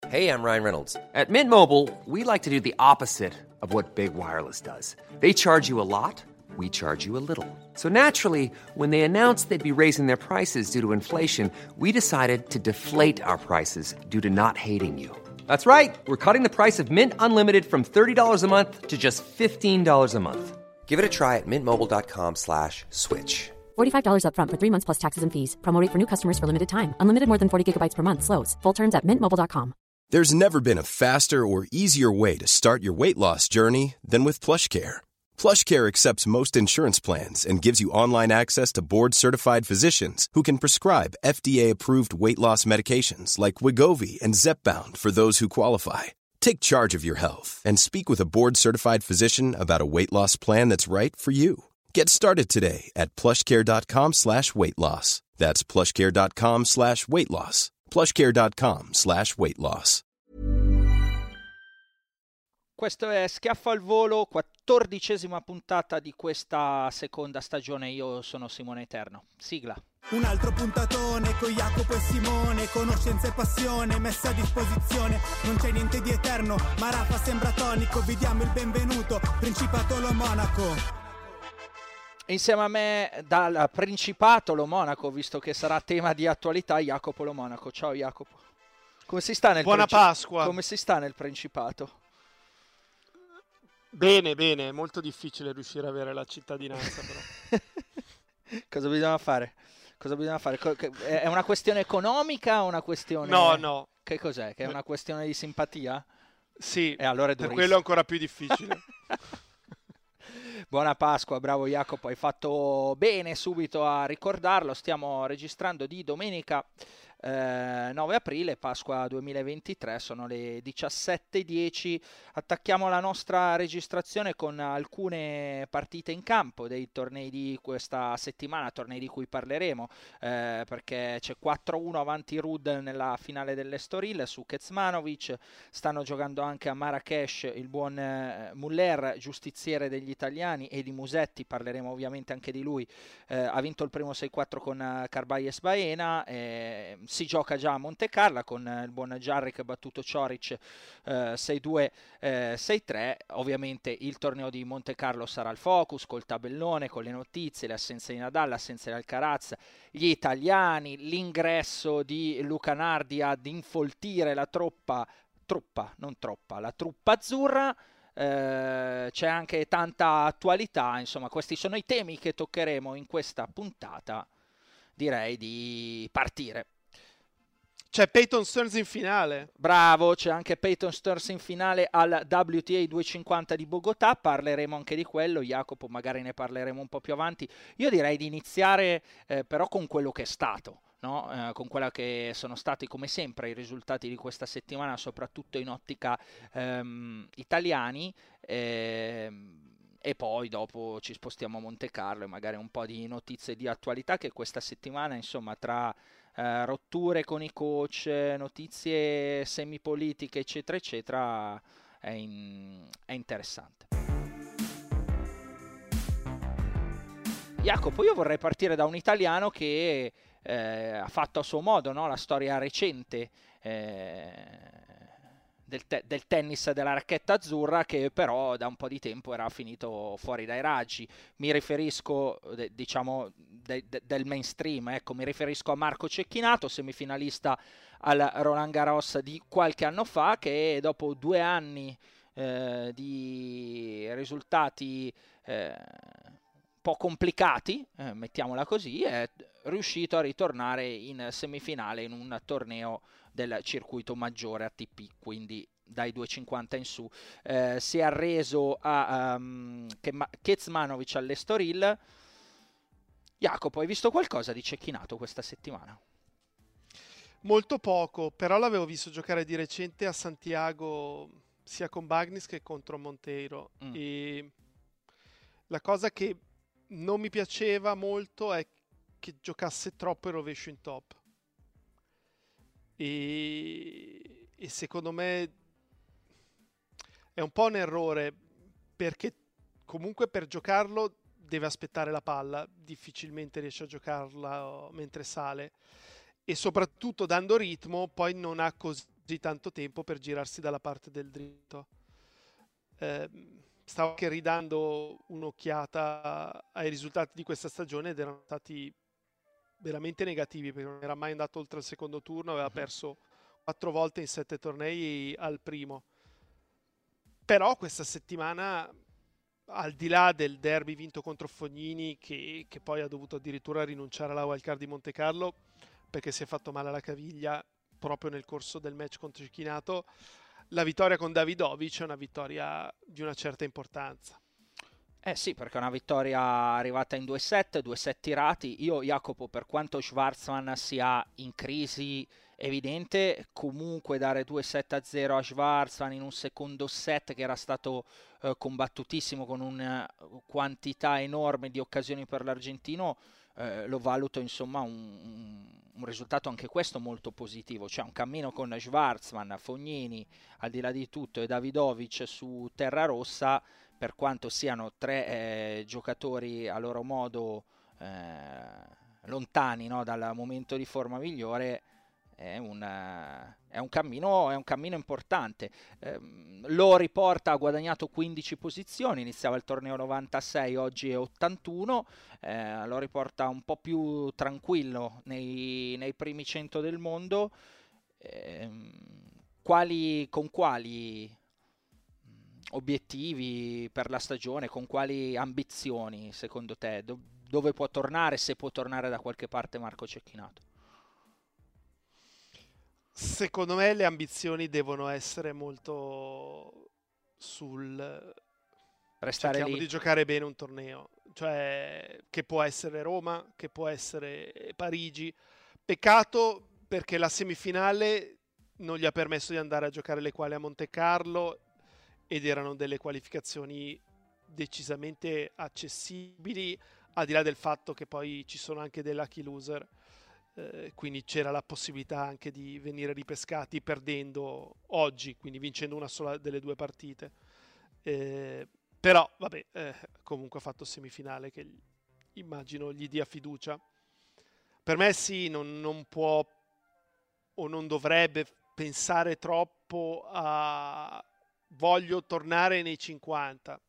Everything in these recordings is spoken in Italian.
Hey, I'm Ryan Reynolds. At Mint Mobile, we like to do the opposite of what Big Wireless does. They charge you a lot, we charge you a little. So naturally, when they announced they'd be raising their prices due to inflation, we decided to deflate our prices due to not hating you. That's right. We're cutting the price of Mint Unlimited from $30 a month to just $15 a month. Give it a try at mintmobile.com/switch. $45 up front for 3 months plus taxes and fees. Promo rate for new customers for limited time. Unlimited more than 40 gigabytes per month slows. Full terms at mintmobile.com. There's never been a faster or easier way to start your weight loss journey than with PlushCare. PlushCare accepts most insurance plans and gives you online access to board-certified physicians who can prescribe FDA-approved weight loss medications like Wegovy and Zepbound for those who qualify. Take charge of your health and speak with a board-certified physician about a weight loss plan that's right for you. Get started today at plushcare.com/weight loss. That's plushcare.com/weight loss. plushcare.com/weight loss. Questo è Schiaffo al Volo, 14ª puntata di questa seconda stagione. Io sono Simone Eterno. Sigla. Un altro puntatone con Jacopo e Simone, conoscenza e passione messa a disposizione. Non c'è niente di eterno, ma Rafa sembra tonico. Vi diamo il benvenuto, Principato Lo Monaco. Insieme a me dal Principato Lo Monaco, visto che sarà tema di attualità, Jacopo Lo Monaco. Ciao Jacopo. Come si sta nel Pasqua. Come si sta nel Principato? Bene, bene, è molto difficile riuscire ad avere la cittadinanza però. Cosa bisogna fare? È una questione economica o una questione... No. Che cos'è? Che è una questione di simpatia? Sì, E allora è per durissimo. quello è ancora più difficile. Buona Pasqua, bravo Jacopo, hai fatto bene subito a ricordarlo. Stiamo registrando di domenica 9 aprile, Pasqua 2023, sono le 17:10. Attacchiamo la nostra registrazione con alcune partite in campo dei tornei di questa settimana, tornei di cui parleremo, perché c'è 4-1 avanti Rud nella finale dell'Estoril su Kecmanovic. Stanno giocando anche a Marrakesh il buon Muller, giustiziere degli italiani, e di Musetti, parleremo ovviamente anche di lui. Ha vinto il primo 6-4 con Carballes Baena. Si gioca già a Montecarlo con il buon Jarric battuto Cioric 6-2, 6-3. Ovviamente il torneo di Montecarlo sarà il focus, col tabellone, con le notizie, le assenze di Nadal, l'assenza di Alcaraz, gli italiani, l'ingresso di Luca Nardi ad infoltire la truppa azzurra. C'è anche tanta attualità, insomma questi sono i temi che toccheremo in questa puntata. Direi di partire. C'è Peyton Stearns in finale. Bravo, c'è anche Peyton Stearns in finale al WTA 250 di Bogotà. Parleremo anche di quello, Jacopo, magari ne parleremo un po' più avanti. Io direi di iniziare però con quello che è stato, no? Con quella che sono stati come sempre i risultati di questa settimana, soprattutto in ottica italiani. E poi dopo ci spostiamo a Montecarlo e magari un po' di notizie di attualità che questa settimana, insomma, tra rotture con i coach, notizie semipolitiche, eccetera, eccetera, è interessante. Jacopo, io vorrei partire da un italiano che ha fatto a suo modo, no, la storia recente del tennis della racchetta azzurra, che però da un po' di tempo era finito fuori dai raggi. Mi riferisco, del mainstream, ecco, mi riferisco a Marco Cecchinato, semifinalista al Roland Garros di qualche anno fa, che dopo 2 anni di risultati un po' complicati, mettiamola così, è riuscito a ritornare in semifinale in un torneo del circuito maggiore ATP, quindi dai 250 in su. Si è arreso a Kecmanovic all'Estoril. Jacopo, hai visto qualcosa di Cecchinato questa settimana? Molto poco, però l'avevo visto giocare di recente a Santiago sia con Bagnis che contro Monteiro. E la cosa che non mi piaceva molto è che giocasse troppo il rovescio in top. E secondo me è un po' un errore, perché comunque per giocarlo deve aspettare la palla, difficilmente riesce a giocarla mentre sale, e soprattutto dando ritmo poi non ha così tanto tempo per girarsi dalla parte del dritto. Stavo anche ridando un'occhiata ai risultati di questa stagione ed erano stati veramente negativi, perché non era mai andato oltre il secondo turno, aveva perso 4 volte in 7 tornei al primo. Però questa settimana, al di là del derby vinto contro Fognini, che poi ha dovuto addirittura rinunciare alla wildcard di Montecarlo perché si è fatto male alla caviglia proprio nel corso del match contro Cecchinato, la vittoria con Davidovic è una vittoria di una certa importanza. Sì, perché è una vittoria arrivata in 2 set tirati. Io, Jacopo, per quanto Schwartzman sia in crisi evidente, comunque dare 2-7-0 a Schwartzman in un secondo set che era stato combattutissimo con una quantità enorme di occasioni per l'argentino, lo valuto insomma un risultato anche questo molto positivo. Cioè un cammino con Schwartzman, Fognini, al di là di tutto, e Davidovic su terra rossa, per quanto siano 3 giocatori a loro modo lontani, no, dal momento di forma migliore, è un cammino importante. Lo riporta, ha guadagnato 15 posizioni, iniziava il torneo 96, oggi è 81, lo riporta un po' più tranquillo nei primi 100 del mondo. Con quali obiettivi per la stagione, con quali ambizioni secondo te? Dove può tornare, se può tornare da qualche parte Marco Cecchinato? Secondo me le ambizioni devono essere molto sul restare cerchiamo lì, di giocare bene un torneo, cioè che può essere Roma, che può essere Parigi. Peccato perché la semifinale non gli ha permesso di andare a giocare le quali a Montecarlo, ed erano delle qualificazioni decisamente accessibili, al di là del fatto che poi ci sono anche dei lucky loser, quindi c'era la possibilità anche di venire ripescati perdendo oggi, quindi vincendo una sola delle 2 partite. Però vabbè, comunque ha fatto semifinale che immagino gli dia fiducia. Per me sì, non può o non dovrebbe pensare troppo a voglio tornare nei 50,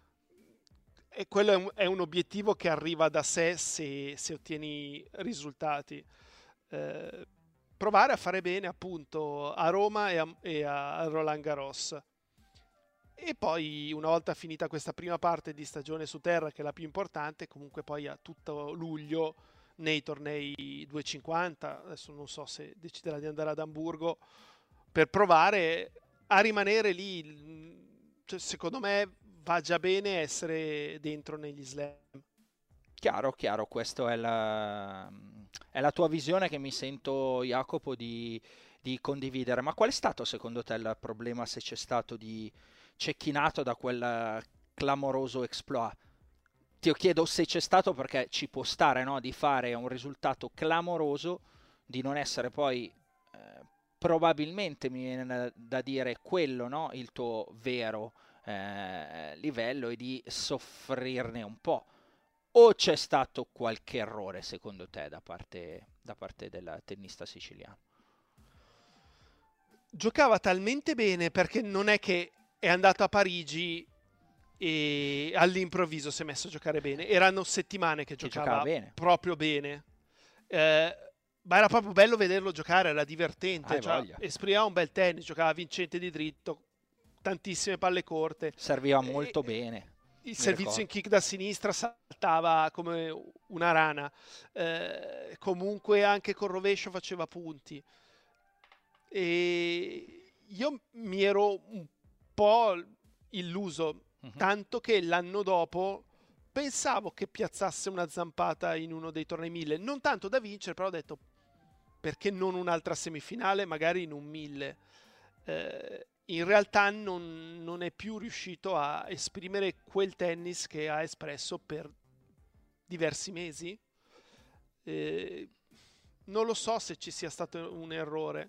e quello è un obiettivo che arriva da sé se ottieni risultati. Provare a fare bene appunto a Roma e a Roland Garros, e poi una volta finita questa prima parte di stagione su terra, che è la più importante, comunque poi a tutto luglio nei tornei 250, adesso non so se deciderà di andare ad Amburgo, per provare a rimanere lì. Cioè, secondo me va già bene essere dentro negli slam. Chiaro, questo è la tua visione, che mi sento, Jacopo, di condividere. Ma qual è stato secondo te il problema, se c'è stato, di Cecchinato da quel clamoroso exploit? Ti chiedo se c'è stato, perché ci può stare, no, di fare un risultato clamoroso, di non essere poi probabilmente, mi viene da dire, quello, no, il tuo vero livello, e di soffrirne un po'. O c'è stato qualche errore secondo te da parte del tennista siciliano? Giocava talmente bene, perché non è che è andato a Parigi e all'improvviso si è messo a giocare bene. Erano settimane che giocava bene, proprio bene. Ma era proprio bello vederlo giocare, era divertente, esprimeva un bel tennis, giocava vincente di dritto, tantissime palle corte, serviva molto bene. Il servizio in kick da sinistra saltava come una rana, comunque anche col rovescio faceva punti, e io mi ero un po' illuso, tanto che l'anno dopo pensavo che piazzasse una zampata in uno dei tornei 1000, non tanto da vincere, però ho detto perché non un'altra semifinale, magari in un 1000. In realtà non è più riuscito a esprimere quel tennis che ha espresso per diversi mesi. Non lo so se ci sia stato un errore.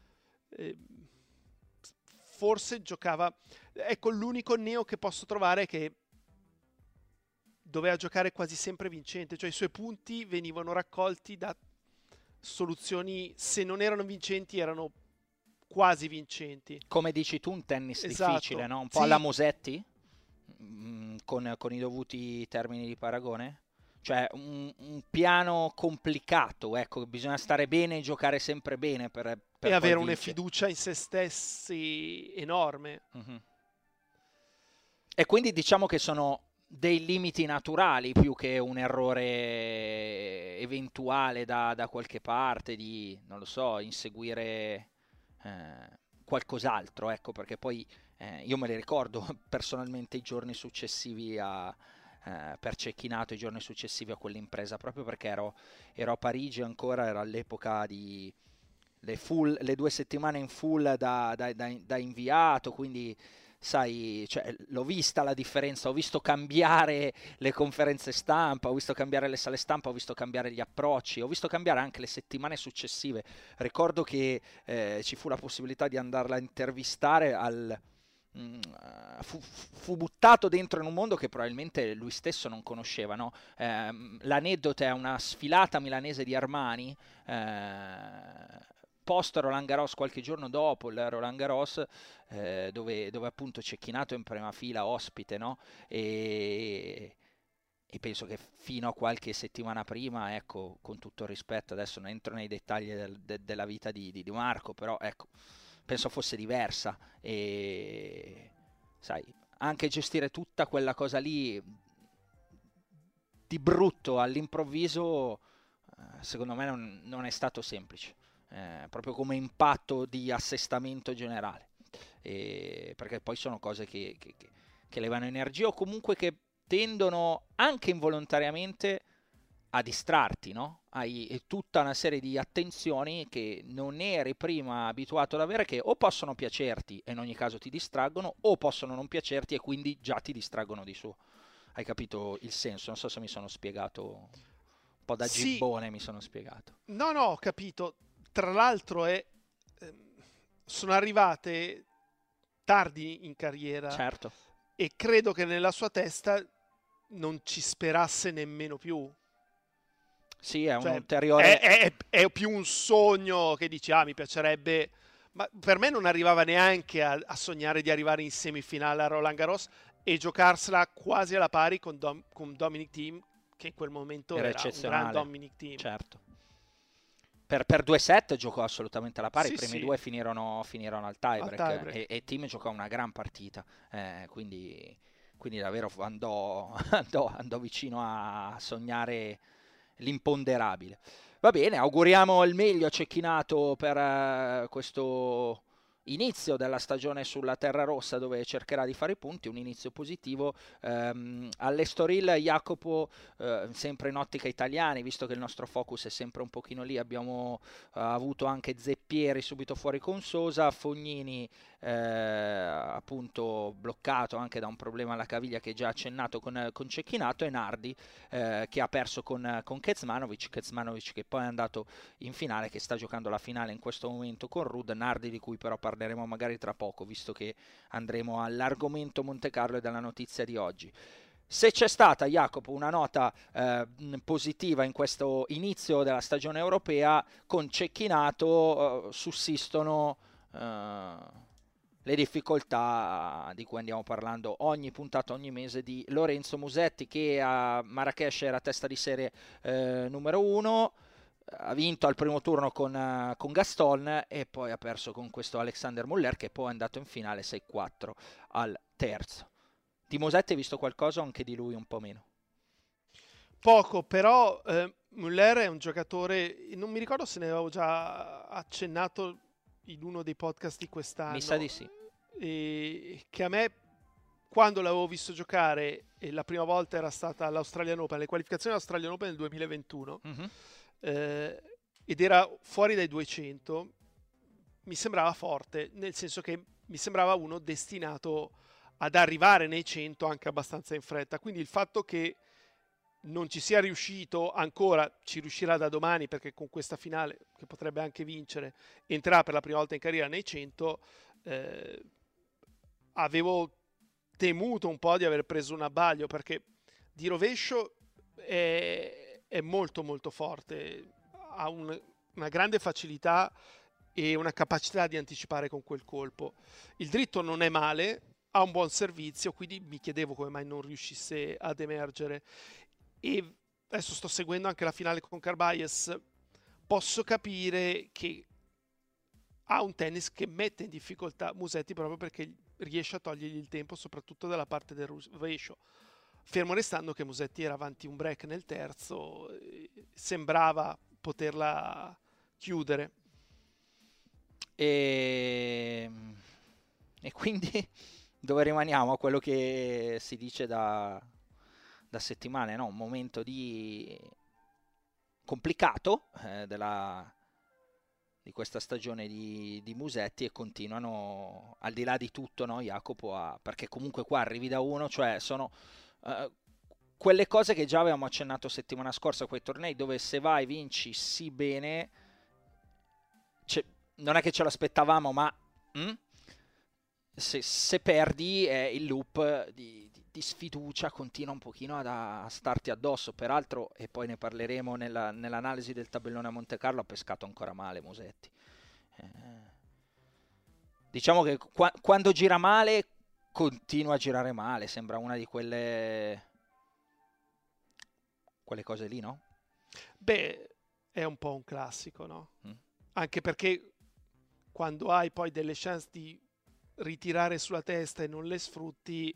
Forse giocava... Ecco, l'unico neo che posso trovare è che doveva giocare quasi sempre vincente, cioè i suoi punti venivano raccolti da soluzioni, se non erano vincenti, erano quasi vincenti. Come dici tu, un tennis Esatto. difficile, no? Un po' Sì. alla Musetti, con i dovuti termini di paragone? Cioè un piano complicato, ecco, bisogna stare bene e giocare sempre bene per E poi avere una vincere. fiducia in se stessi enorme. Mhm. E quindi diciamo che sono dei limiti naturali più che un errore eventuale da qualche parte, di, non lo so, inseguire qualcos'altro, ecco, perché poi io me li ricordo personalmente i giorni successivi per Cecchinato, i giorni successivi a quell'impresa, proprio perché ero a Parigi ancora, era all'epoca di le 2 settimane in full da inviato, quindi sai, cioè, l'ho vista la differenza, ho visto cambiare le conferenze stampa, ho visto cambiare le sale stampa, ho visto cambiare gli approcci, ho visto cambiare anche le settimane successive. Ricordo che ci fu la possibilità di andarla a intervistare fu buttato dentro in un mondo che probabilmente lui stesso non conosceva, no? L'aneddoto è una sfilata milanese di Armani, post Roland Garros, qualche giorno dopo il Roland Garros, dove appunto Cecchinato in prima fila ospite, no? E penso che fino a qualche settimana prima, ecco, con tutto il rispetto, adesso non entro nei dettagli della vita di Marco, però ecco, penso fosse diversa, e sai, anche gestire tutta quella cosa lì di brutto all'improvviso, secondo me non è stato semplice, proprio come impatto di assestamento generale, perché poi sono cose che levano energia, o comunque che tendono anche involontariamente a distrarti, no? Hai tutta una serie di attenzioni che non eri prima abituato ad avere, che o possono piacerti e in ogni caso ti distraggono, o possono non piacerti e quindi già ti distraggono di suo. Hai capito il senso? Non so se mi sono spiegato, un po' da Sì. gibbone mi sono spiegato. No, ho capito. Tra l'altro sono arrivate tardi in carriera, Certo. e credo che nella sua testa non ci sperasse nemmeno più. Sì, è un Cioè, ulteriore... è più un sogno che dici, mi piacerebbe, ma per me non arrivava neanche a sognare di arrivare in semifinale a Roland Garros e giocarsela quasi alla pari con Dominic Thiem, che in quel momento Era era un eccezionale. gran Dominic Thiem. Certo. Per 2 set giocò assolutamente alla pari, Sì, i primi sì. 2 finirono al tiebreak, tiebreak. e Thiem giocò una gran partita, quindi davvero andò vicino a sognare l'imponderabile. Va bene, auguriamo il meglio a Cecchinato per questo inizio della stagione sulla terra rossa, dove cercherà di fare i punti, un inizio positivo. All'Estoril, Jacopo, sempre in ottica italiani, visto che il nostro focus è sempre un pochino lì, abbiamo avuto anche Zeppieri subito fuori con Sosa, Fognini appunto bloccato anche da un problema alla caviglia che già accennato con Cecchinato, e Nardi che ha perso con Kecmanovic che poi è andato in finale, che sta giocando la finale in questo momento con Ruud. Nardi di cui però parleremo magari tra poco, visto che andremo all'argomento Monte Carlo e dalla notizia di oggi. Se c'è stata, Jacopo, una nota positiva in questo inizio della stagione europea, con Cecchinato sussistono le difficoltà di cui andiamo parlando ogni puntata, ogni mese, di Lorenzo Musetti, che a Marrakech era testa di serie numero 1, ha vinto al primo turno con Gaston e poi ha perso con questo Alexander Muller, che poi è andato in finale 6-4 al terzo. Di Musetti hai visto qualcosa, o anche di lui un po' meno? Poco, però Muller è un giocatore, non mi ricordo se ne avevo già accennato in uno dei podcast di quest'anno. Mi sa di sì. E che a me, quando l'avevo visto giocare, e la prima volta era stata all'Australian Open, le qualificazioni all'Australian Open nel 2021, ed era fuori dai 200, mi sembrava forte, nel senso che mi sembrava uno destinato ad arrivare nei 100 anche abbastanza in fretta. Quindi il fatto che non ci sia riuscito ancora, ci riuscirà da domani, perché con questa finale, che potrebbe anche vincere, entrerà per la prima volta in carriera nei 100. Avevo temuto un po' di aver preso un abbaglio, perché di rovescio è molto molto forte, ha una grande facilità e una capacità di anticipare con quel colpo. Il dritto non è male, ha un buon servizio, quindi mi chiedevo come mai non riuscisse ad emergere. E adesso sto seguendo anche la finale con Carballes, posso capire che ha un tennis che mette in difficoltà Musetti proprio perché riesce a togliergli il tempo, soprattutto dalla parte del rovescio. Fermo restando che Musetti era avanti un break nel terzo, sembrava poterla chiudere. E quindi dove rimaniamo? A quello che si dice da settimane, no? Un momento di complicato di questa stagione di Musetti, e continuano al di là di tutto, no, Jacopo, perché comunque qua arrivi da uno, cioè sono quelle cose che già avevamo accennato settimana scorsa, quei tornei dove se vai vinci sì bene, non è che ce l'aspettavamo, ma se perdi il loop di sfiducia continua un pochino a starti addosso. Peraltro, e poi ne parleremo nell'analisi del tabellone a Monte Carlo, ha pescato ancora male Musetti. Diciamo che quando gira male continua a girare male, sembra una di quelle cose lì, no? Beh, è un po' un classico, no? Anche perché quando hai poi delle chance di ritirare sulla testa e non le sfrutti,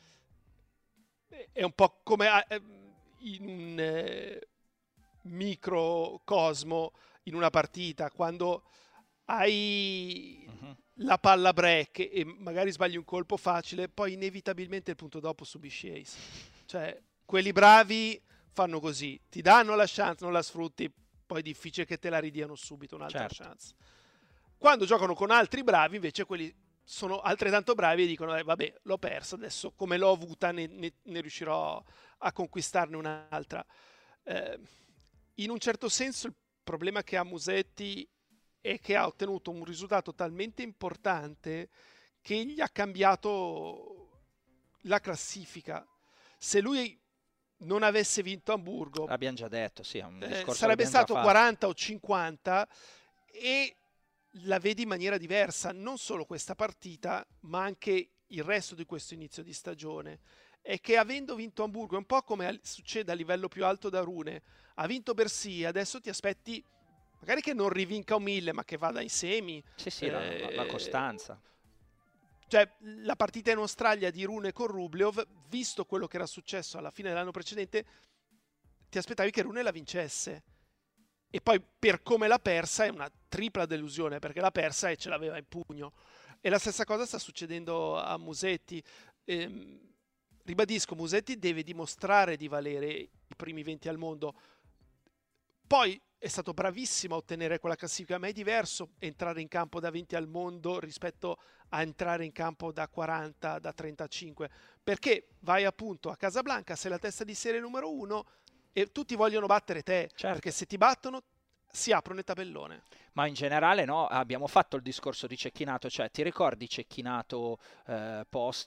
è un po' come in un microcosmo in una partita, quando hai la palla break e magari sbagli un colpo facile, poi inevitabilmente il punto dopo subisci ace. Cioè, quelli bravi fanno così, ti danno la chance, non la sfrutti, poi è difficile che te la ridiano subito un'altra chance. Quando giocano con altri bravi, invece, quelli sono altrettanto bravi e dicono vabbè, l'ho persa, adesso come l'ho avuta ne riuscirò a conquistarne un'altra. In un certo senso il problema che ha Musetti è che ha ottenuto un risultato talmente importante che gli ha cambiato la classifica. Se lui non avesse vinto Amburgo, l'abbiamo già detto, sì, è un discorso sarebbe stato 40 o 50, e la vedi in maniera diversa, non solo questa partita, ma anche il resto di questo inizio di stagione. È che avendo vinto Amburgo, è un po' come succede a livello più alto da Rune, ha vinto Bercy, adesso ti aspetti magari che non rivinca un 1000, ma che vada in semi. Sì, la costanza. Cioè, la partita in Australia di Rune con Rublev, visto quello che era successo alla fine dell'anno precedente, ti aspettavi che Rune la vincesse. E poi, per come l'ha persa, è una tripla delusione, perché l'ha persa e ce l'aveva in pugno. E la stessa cosa sta succedendo a Musetti. Ribadisco, Musetti deve dimostrare di valere i primi 20 al mondo. Poi è stato bravissimo a ottenere quella classifica, ma è diverso entrare in campo da 20 al mondo rispetto a entrare in campo da 40, da 35, perché vai appunto a Casablanca, sei la testa di serie numero 1 e tutti vogliono battere te, perché se ti battono si aprono il tabellone. Ma in generale, no, abbiamo fatto il discorso di Cecchinato, cioè ti ricordi Cecchinato post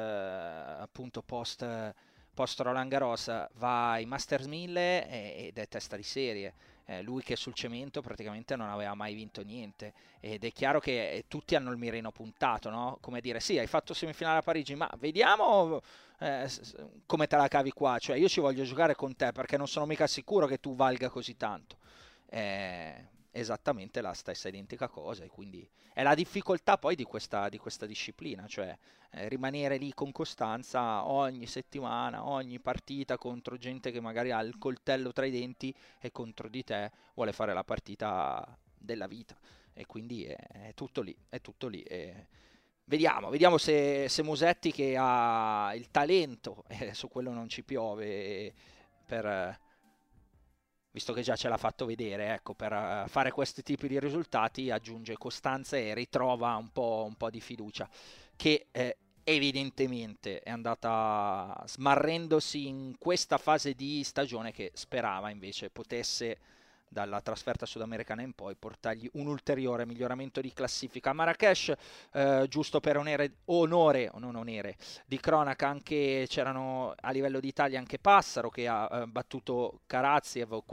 Roland Garros va ai Masters 1000 ed è testa di serie. Lui che sul cemento praticamente non aveva mai vinto niente, ed è chiaro che tutti hanno il mirino puntato, no? Come dire, sì, hai fatto semifinale a Parigi, ma vediamo come te la cavi qua, cioè io ci voglio giocare con te perché non sono mica sicuro che tu valga così tanto. Esattamente la stessa identica cosa, e quindi è la difficoltà poi di questa disciplina, cioè rimanere lì con costanza ogni settimana, ogni partita contro gente che magari ha il coltello tra i denti e contro di te vuole fare la partita della vita, e quindi è tutto lì, e vediamo se Musetti, che ha il talento, su quello non ci piove, visto che già ce l'ha fatto vedere, ecco, per fare questi tipi di risultati aggiunge costanza e ritrova un po' di fiducia, che evidentemente è andata smarrendosi in questa fase di stagione, che sperava invece potesse, dalla trasferta sudamericana in poi, portargli un ulteriore miglioramento di classifica. Marrakesh, giusto per onore di cronaca, anche c'erano a livello d'Italia anche Passaro, che ha battuto Karatsev, quel che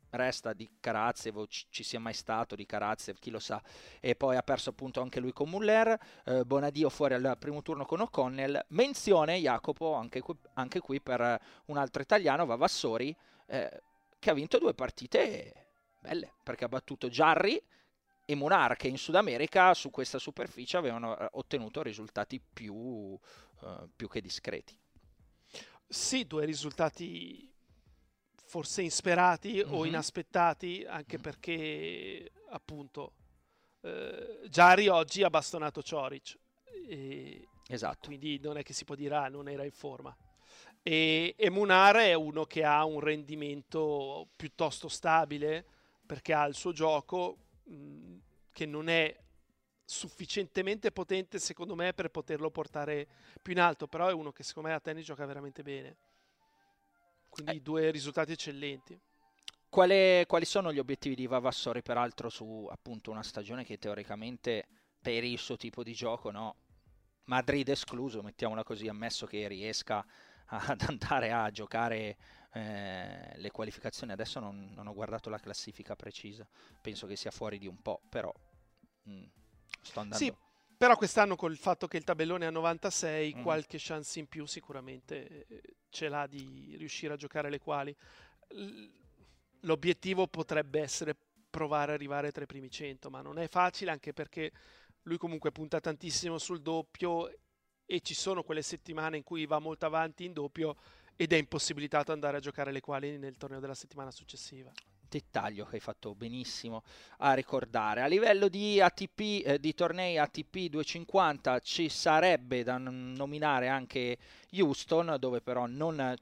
resta di Karatsev, ci sia mai stato di Karatsev, chi lo sa, e poi ha perso appunto anche lui con Muller. Bonadio fuori al primo turno con O'Connell. Menzione, Jacopo, anche qui per un altro italiano, Vavassori, che ha vinto 2 partite belle, perché ha battuto Jarry e Munar, che in Sud America su questa superficie avevano ottenuto risultati più che discreti. Sì, 2 risultati forse insperati o inaspettati, anche perché appunto Jarry oggi ha bastonato Coric, esatto, quindi non è che si può dire non era in forma, e Munar è uno che ha un rendimento piuttosto stabile, perché ha il suo gioco che non è sufficientemente potente secondo me per poterlo portare più in alto, però è uno che secondo me a tennis gioca veramente bene. Quindi 2 risultati eccellenti. Quali sono gli obiettivi di Vavassori, peraltro, su appunto una stagione che teoricamente per il suo tipo di gioco, no? Madrid escluso, mettiamola così, ammesso che riesca ad andare a giocare le qualificazioni. Adesso non ho guardato la classifica precisa, penso che sia fuori di un po', però sto andando... Sì, però quest'anno col fatto che il tabellone è a 96, qualche chance in più sicuramente ce l'ha di riuscire a giocare le quali. L'obiettivo potrebbe essere provare ad arrivare tra i primi 100, ma non è facile, anche perché lui comunque punta tantissimo sul doppio e ci sono quelle settimane in cui va molto avanti in doppio ed è impossibilitato andare a giocare le quali nel torneo della settimana successiva. Dettaglio che hai fatto benissimo a ricordare. A livello di ATP, di tornei ATP 250, ci sarebbe da nominare anche Houston, dove però non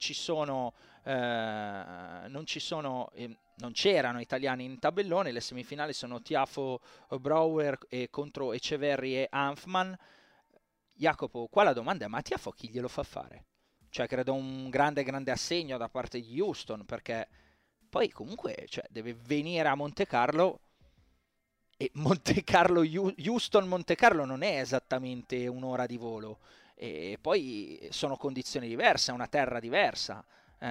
c'erano italiani in tabellone. Le semifinali sono Tiafo, Brouwer contro Echeverri e Hanfman. Jacopo, qua la domanda è: ma Tiafo chi glielo fa fare? Cioè, credo un grande assegno da parte di Houston, perché poi comunque deve venire a Monte Carlo, e Houston Monte Carlo non è esattamente un'ora di volo, e poi sono condizioni diverse, è una terra diversa.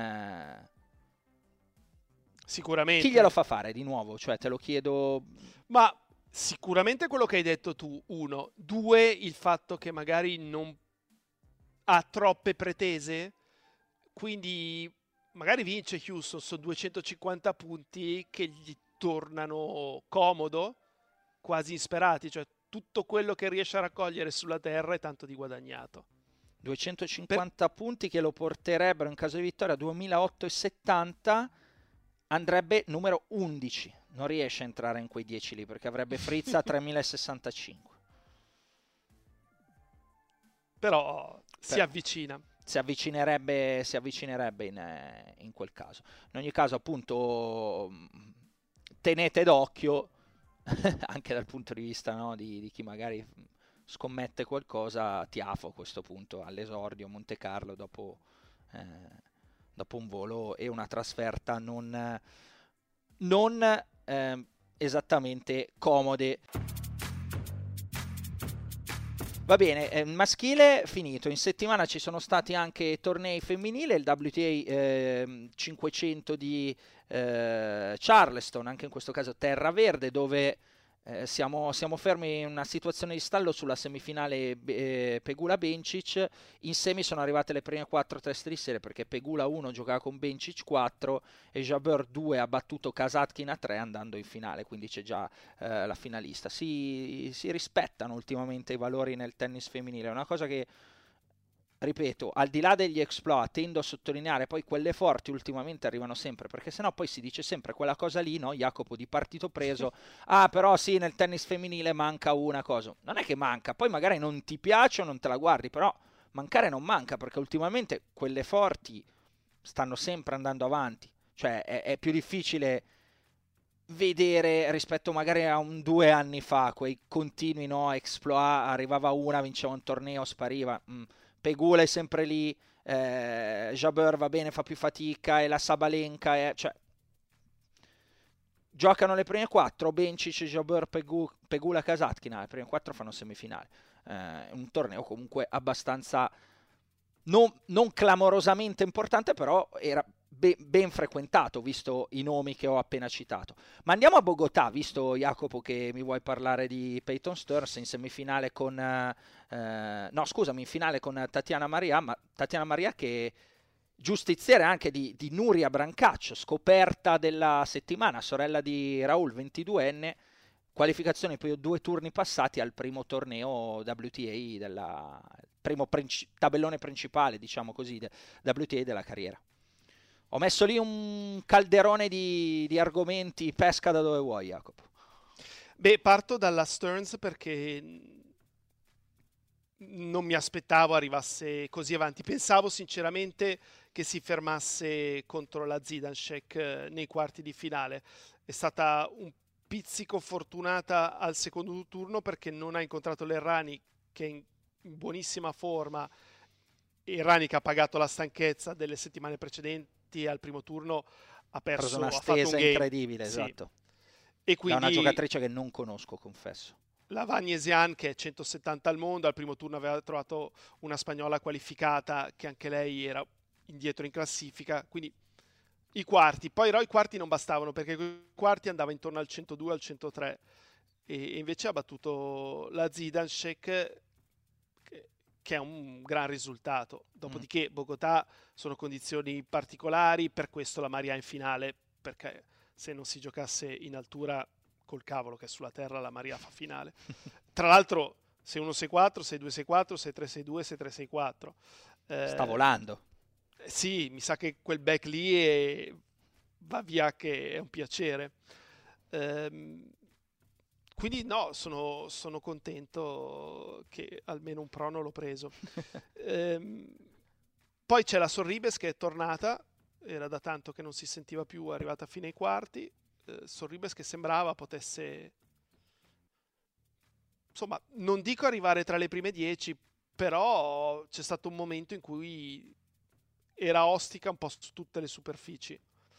Sicuramente. Chi glielo fa fare di nuovo? Cioè, te lo chiedo. Ma sicuramente quello che hai detto tu, 1. 2, il fatto che magari non ha troppe pretese, quindi magari vince Houston, sono 250 punti che gli tornano comodo, quasi insperati, cioè tutto quello che riesce a raccogliere sulla terra è tanto di guadagnato. 250 punti che lo porterebbero in caso di vittoria a 2870, andrebbe numero 11, non riesce a entrare in quei 10 lì perché avrebbe Frizza a 3065. Però si avvicina. Si avvicinerebbe in quel caso. In ogni caso, appunto, tenete d'occhio anche dal punto di vista, no, di chi magari scommette qualcosa. Tiafo a questo punto all'esordio Monte Carlo dopo un volo e una trasferta non esattamente comode. Va bene, maschile finito. In settimana ci sono stati anche tornei femminili, il WTA 500 di Charleston, anche in questo caso terra verde, dove siamo fermi in una situazione di stallo sulla semifinale Pegula Bencic. In semi sono arrivate le prime 4 test di serie, perché Pegula 1 giocava con Bencic 4 e Jabeur 2 ha battuto Kasatkina a 3 andando in finale, quindi c'è già la finalista. Si rispettano ultimamente i valori nel tennis femminile, è una cosa che, ripeto, al di là degli exploit, tendo a sottolineare. Poi quelle forti ultimamente arrivano sempre, perché sennò poi si dice sempre quella cosa lì, no, Jacopo, di partito preso. Però sì, nel tennis femminile manca una cosa. Non è che manca, poi magari non ti piace o non te la guardi, però mancare non manca, perché ultimamente quelle forti stanno sempre andando avanti. Cioè è più difficile vedere rispetto magari a 2 anni fa quei continui, no, exploit, arrivava una, vinceva un torneo, spariva. Pegula è sempre lì, Jabeur va bene, fa più fatica, e la Sabalenka cioè, giocano le prime 4, Bencic, Jabeur, Pegula, Kasatkina, le prime 4 fanno semifinale. Un torneo comunque abbastanza non clamorosamente importante, però era ben frequentato, visto i nomi che ho appena citato. Ma andiamo a Bogotà, visto, Jacopo, che mi vuoi parlare di Peyton Stearns in semifinale con... in finale con Tatiana Maria, ma Tatiana Maria che giustiziere anche di Nuria Brancaccio, scoperta della settimana, sorella di Raul, 22enne, qualificazione poi 2 turni passati al primo torneo WTA, primo tabellone principale, diciamo così, WTA della carriera. Ho messo lì un calderone di argomenti, pesca da dove vuoi, Jacopo. Beh, parto dalla Stearns perché non mi aspettavo arrivasse così avanti. Pensavo sinceramente che si fermasse contro la Zidansek nei quarti di finale. È stata un pizzico fortunata al secondo turno perché non ha incontrato l'Errani, che è in buonissima forma. Errani che ha pagato la stanchezza delle settimane precedenti, al primo turno ha perso una ha fatto un stesa game incredibile, sì. Esatto. E quindi da una giocatrice che non conosco, confesso. La Vagnesian, che è 170 al mondo, al primo turno aveva trovato una spagnola qualificata che anche lei era indietro in classifica, quindi i quarti. Poi però i quarti non bastavano perché i quarti andava intorno al 102, al 103 e invece ha battuto la Zidansek, che è un gran risultato. Dopodiché Bogotà sono condizioni particolari, per questo la Maria in finale, perché se non si giocasse in altura, col cavolo che sulla terra la Maria fa finale. Tra l'altro 6-1-6-4, 6-2-6-4, 6-3-6-2, 6-3-6-4. Sta volando. Sì, mi sa che quel back lì va via che è un piacere. Quindi no, sono contento che almeno un prono l'ho preso. Poi c'è la Sorribes che è tornata, era da tanto che non si sentiva più, è arrivata fino ai quarti. Sorribes che sembrava potesse, insomma, non dico arrivare tra le prime 10, però c'è stato un momento in cui era ostica un po' su tutte le superfici.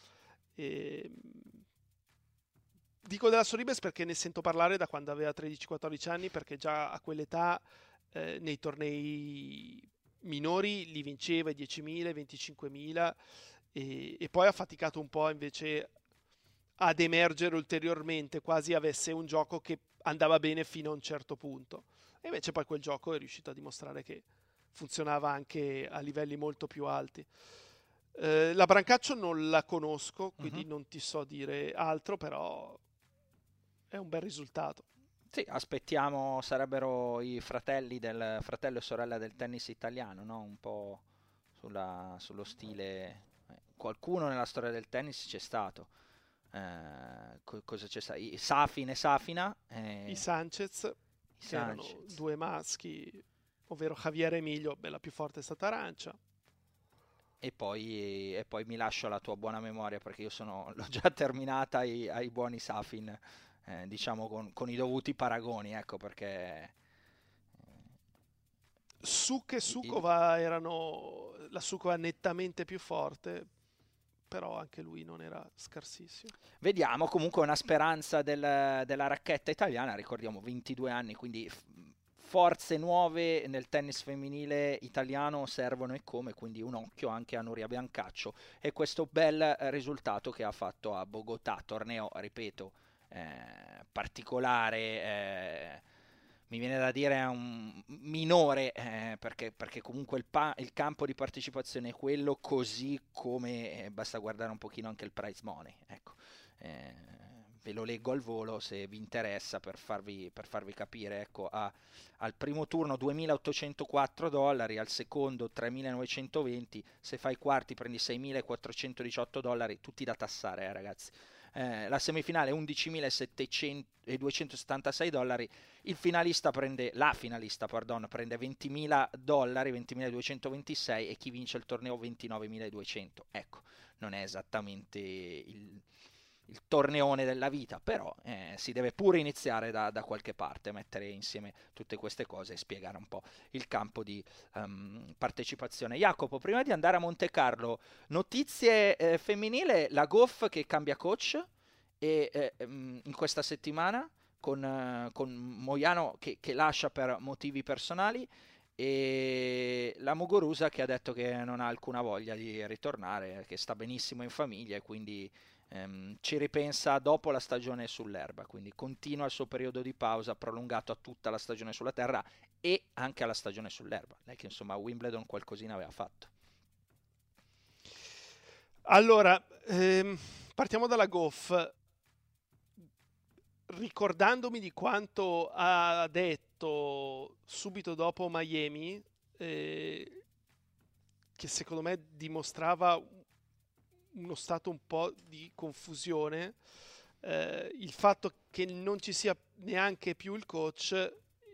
Dico della Sorribes perché ne sento parlare da quando aveva 13-14 anni, perché già a quell'età nei tornei minori li vinceva i 10.000, i 25.000 e poi ha faticato un po' invece ad emergere ulteriormente, quasi avesse un gioco che andava bene fino a un certo punto. E invece poi quel gioco è riuscito a dimostrare che funzionava anche a livelli molto più alti. La Brancaccio non la conosco, quindi non ti so dire altro, però è un bel risultato. Sì, aspettiamo, sarebbero i fratello e sorella del tennis italiano, no? Un po' sullo stile. Qualcuno nella storia del tennis c'è stato. Cosa c'è stato? Safin e Safina. I Sanchez, che erano due maschi, ovvero Javier Emilio, la più forte è stata Arancia. E poi mi lascio alla tua buona memoria, perché io l'ho già terminata ai buoni Safin, diciamo con i dovuti paragoni, ecco, perché Suk e Sukova erano la Sukova nettamente più forte, però anche lui non era scarsissimo. Vediamo, comunque una speranza della racchetta italiana, ricordiamo 22 anni, quindi forze nuove nel tennis femminile italiano servono e come, quindi un occhio anche a Nuria Brancaccio e questo bel risultato che ha fatto a Bogotà, torneo, ripeto, particolare, mi viene da dire un minore, perché comunque il campo di partecipazione è quello, così come basta guardare un pochino anche il prize money, ecco. Ve lo leggo al volo se vi interessa per farvi capire, ecco, al primo turno $2.804, al secondo $3.920, se fai quarti prendi $6.418, tutti da tassare, ragazzi. La semifinale $11.276, la finalista prende $20.000, $20.226 e chi vince il torneo $29.200. Ecco, non è esattamente il torneone della vita, però si deve pure iniziare da qualche parte, mettere insieme tutte queste cose e spiegare un po' il campo di partecipazione. Jacopo, prima di andare a Monte Carlo, notizie femminile, la Goff che cambia coach e in questa settimana con Moiano che lascia per motivi personali e la Muguruza che ha detto che non ha alcuna voglia di ritornare, che sta benissimo in famiglia e quindi ci ripensa dopo la stagione sull'erba, quindi continua il suo periodo di pausa prolungato a tutta la stagione sulla terra e anche alla stagione sull'erba. Lei che insomma a Wimbledon qualcosina aveva fatto. Allora, partiamo dalla Gauff. Ricordandomi di quanto ha detto subito dopo Miami, che secondo me dimostrava uno stato un po' di confusione, il fatto che non ci sia neanche più il coach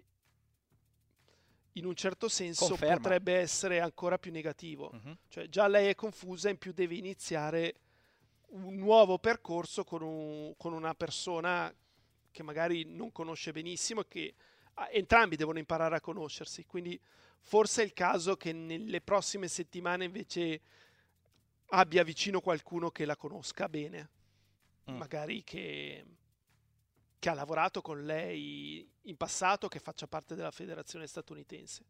in un certo senso Conferma. Potrebbe essere ancora più negativo. Cioè già lei è confusa, in più deve iniziare un nuovo percorso con una persona che magari non conosce benissimo e che entrambi devono imparare a conoscersi, quindi forse è il caso che nelle prossime settimane invece abbia vicino qualcuno che la conosca bene, magari che ha lavorato con lei in passato, che faccia parte della federazione statunitense.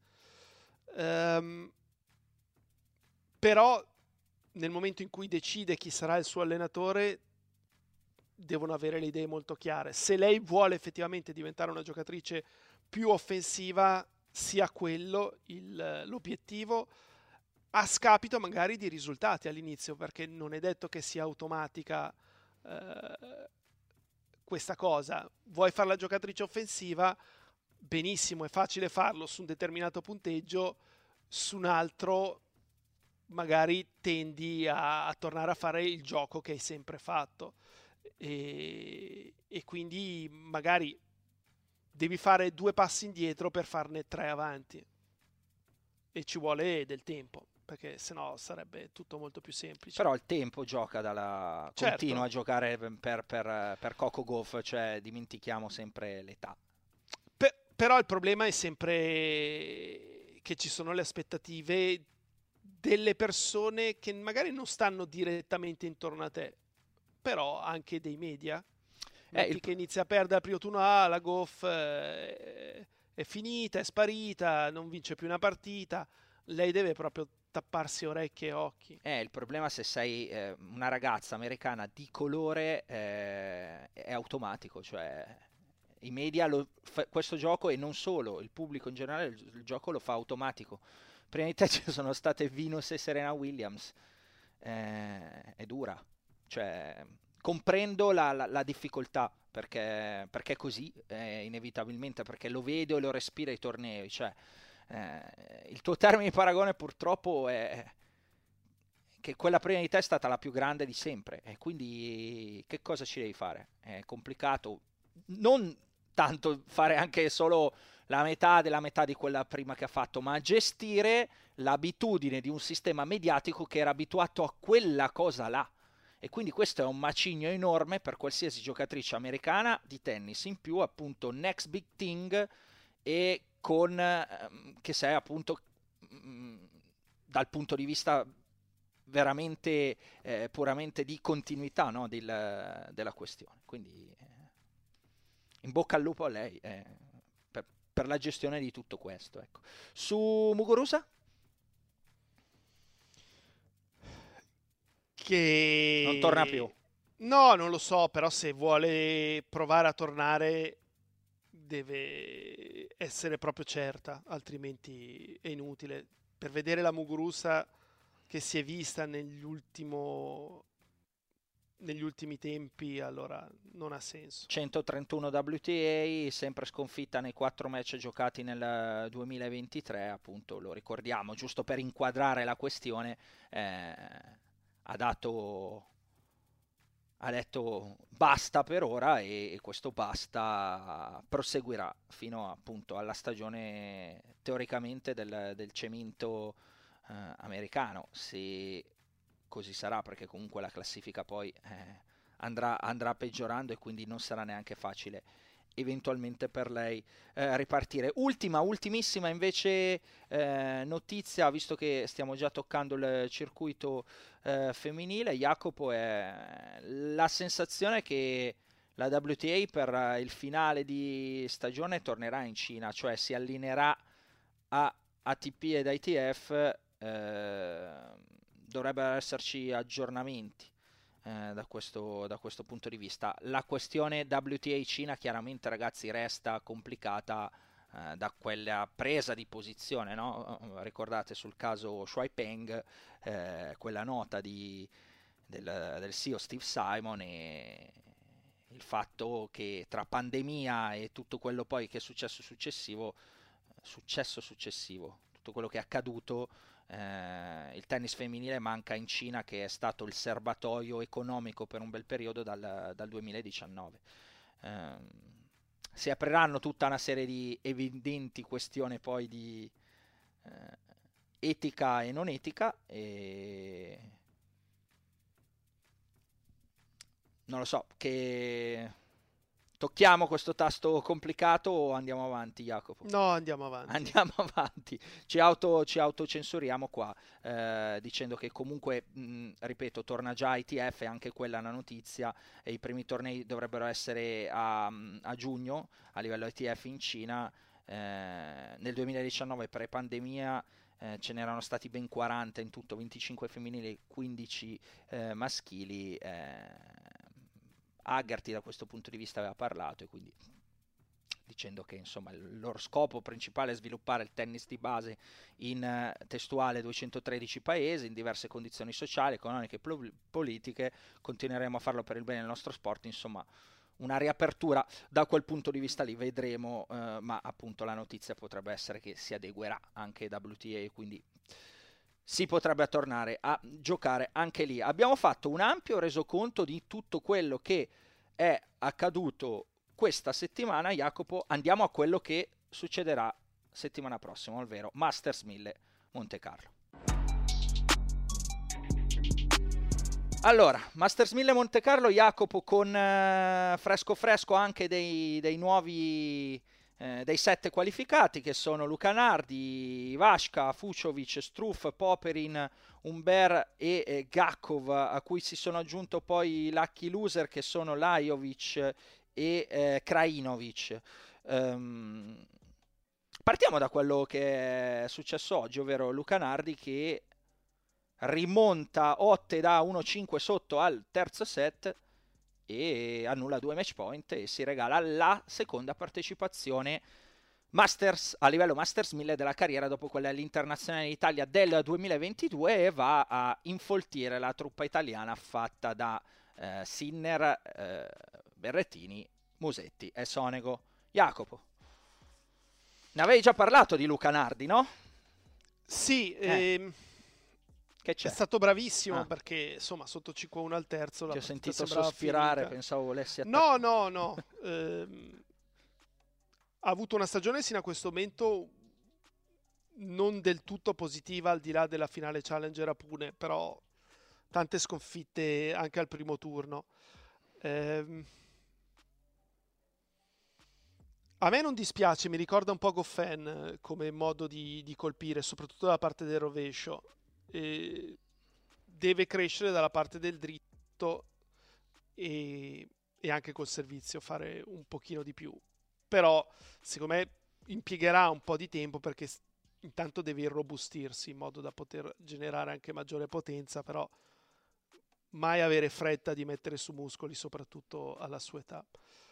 Però nel momento in cui decide chi sarà il suo allenatore devono avere le idee molto chiare. Se lei vuole effettivamente diventare una giocatrice più offensiva, sia quello l'obiettivo, a scapito magari di risultati all'inizio, perché non è detto che sia automatica questa cosa. Vuoi fare la giocatrice offensiva? Benissimo, è facile farlo su un determinato punteggio, su un altro magari tendi a tornare a fare il gioco che hai sempre fatto e quindi magari devi fare 2 passi indietro per farne 3 avanti e ci vuole del tempo, perché sennò sarebbe tutto molto più semplice. Però il tempo gioca certo. Continua a giocare per Coco Gauff, cioè dimentichiamo sempre l'età. Però il problema è sempre che ci sono le aspettative delle persone che magari non stanno direttamente intorno a te, però anche dei media. Che inizia a perdere al primo turno, la Gauff è finita, è sparita, non vince più una partita, lei deve proprio tapparsi orecchie e occhi. Il problema, se sei una ragazza americana di colore, è automatico, cioè i media questo gioco, e non solo, il pubblico in generale il gioco lo fa automatico. Prima di te ci sono state Venus e Serena Williams, è dura, cioè comprendo la difficoltà, perché è così, inevitabilmente, perché lo vedo e lo respiro ai tornei, cioè il tuo termine di paragone purtroppo è che quella prima di te è stata la più grande di sempre, e quindi che cosa ci devi fare? È complicato, non tanto fare anche solo la metà della metà di quella prima che ha fatto, ma gestire l'abitudine di un sistema mediatico che era abituato a quella cosa là. E quindi questo è un macigno enorme per qualsiasi giocatrice americana di tennis, in più appunto next big thing, e con che sei appunto dal punto di vista veramente puramente di continuità, no? della questione. Quindi in bocca al lupo a lei per la gestione di tutto questo, ecco. Su Muguruza? Che non torna più. No, non lo so, però se vuole provare a tornare deve essere proprio certa, altrimenti è inutile. Per vedere la Muguruza che si è vista negli ultimi tempi, allora non ha senso. 131 WTA, sempre sconfitta nei 4 match giocati nel 2023, appunto, lo ricordiamo, giusto per inquadrare la questione, ha detto basta per ora, e questo basta proseguirà fino appunto alla stagione teoricamente del cemento americano, se così sarà, perché comunque la classifica poi andrà peggiorando e quindi non sarà neanche facile eventualmente per lei ripartire. Ultimissima invece notizia, visto che stiamo già toccando il circuito femminile, Jacopo, è la sensazione che la WTA per il finale di stagione tornerà in Cina, cioè si allineerà a ATP ed ITF dovrebbero esserci aggiornamenti da questo punto di vista. La questione WTA Cina chiaramente, ragazzi, resta complicata da quella presa di posizione, no? Ricordate sul caso Shuai Peng, quella nota del CEO Steve Simon, e il fatto che tra pandemia e tutto quello poi che è successo successivo, tutto quello che è accaduto, il tennis femminile manca in Cina, che è stato il serbatoio economico per un bel periodo dal 2019. Si apriranno tutta una serie di evidenti questioni poi di etica e non etica, e non lo so, che tocchiamo questo tasto complicato o andiamo avanti, Jacopo? No, andiamo avanti. Andiamo avanti. Ci autocensuriamo qua, dicendo che comunque, ripeto, torna già ITF, e anche quella è una notizia, e i primi tornei dovrebbero essere a giugno a livello ITF in Cina. Nel 2019, pre-pandemia, ce n'erano stati ben 40 in tutto, 25 femminili, 15 maschili. Haggerty da questo punto di vista aveva parlato, e quindi dicendo che insomma il loro scopo principale è sviluppare il tennis di base in testuale 213 paesi, in diverse condizioni sociali, economiche e politiche. Continueremo a farlo per il bene del nostro sport. Insomma, una riapertura da quel punto di vista lì, vedremo, ma appunto la notizia potrebbe essere che si adeguerà anche WTA, quindi si potrebbe tornare a giocare anche lì. Abbiamo fatto un ampio resoconto di tutto quello che è accaduto questa settimana. Jacopo, andiamo a quello che succederà settimana prossima, ovvero Masters 1000 Monte Carlo. Allora, Masters 1000 Monte Carlo, Jacopo, con fresco anche dei nuovi... dei 7 qualificati, che sono Luca Nardi, Ivashka, Fucsovics, Struff, Popyrin, Humbert e Gakov, a cui si sono aggiunto poi i lucky loser, che sono Lajovic e Krajinovic. Partiamo da quello che è successo oggi, ovvero Luca Nardi che rimonta 8 da 1-5 sotto al terzo set e annulla 2 match point e si regala la seconda partecipazione Masters, a livello Masters 1000 della carriera, dopo quella all'Internazionale d'Italia del 2022, e va a infoltire la truppa italiana fatta da Sinner, Berrettini, Musetti e Sonego. Jacopo, ne avevi già parlato di Luca Nardi, no? Sì, che c'è? È stato bravissimo perché insomma sotto 5-1 al terzo ti ho sentito sospirare, finita. Pensavo volessi attaccare. No. Ha avuto una stagione sino a questo momento non del tutto positiva, al di là della finale Challenger a Pune, però tante sconfitte anche al primo turno. A me non dispiace, mi ricorda un po' Goffin come modo di colpire, soprattutto dalla parte del rovescio. Deve crescere dalla parte del dritto e anche col servizio fare un pochino di più, però secondo me impiegherà un po' di tempo, perché intanto deve irrobustirsi in modo da poter generare anche maggiore potenza, però mai avere fretta di mettere su muscoli, soprattutto alla sua età.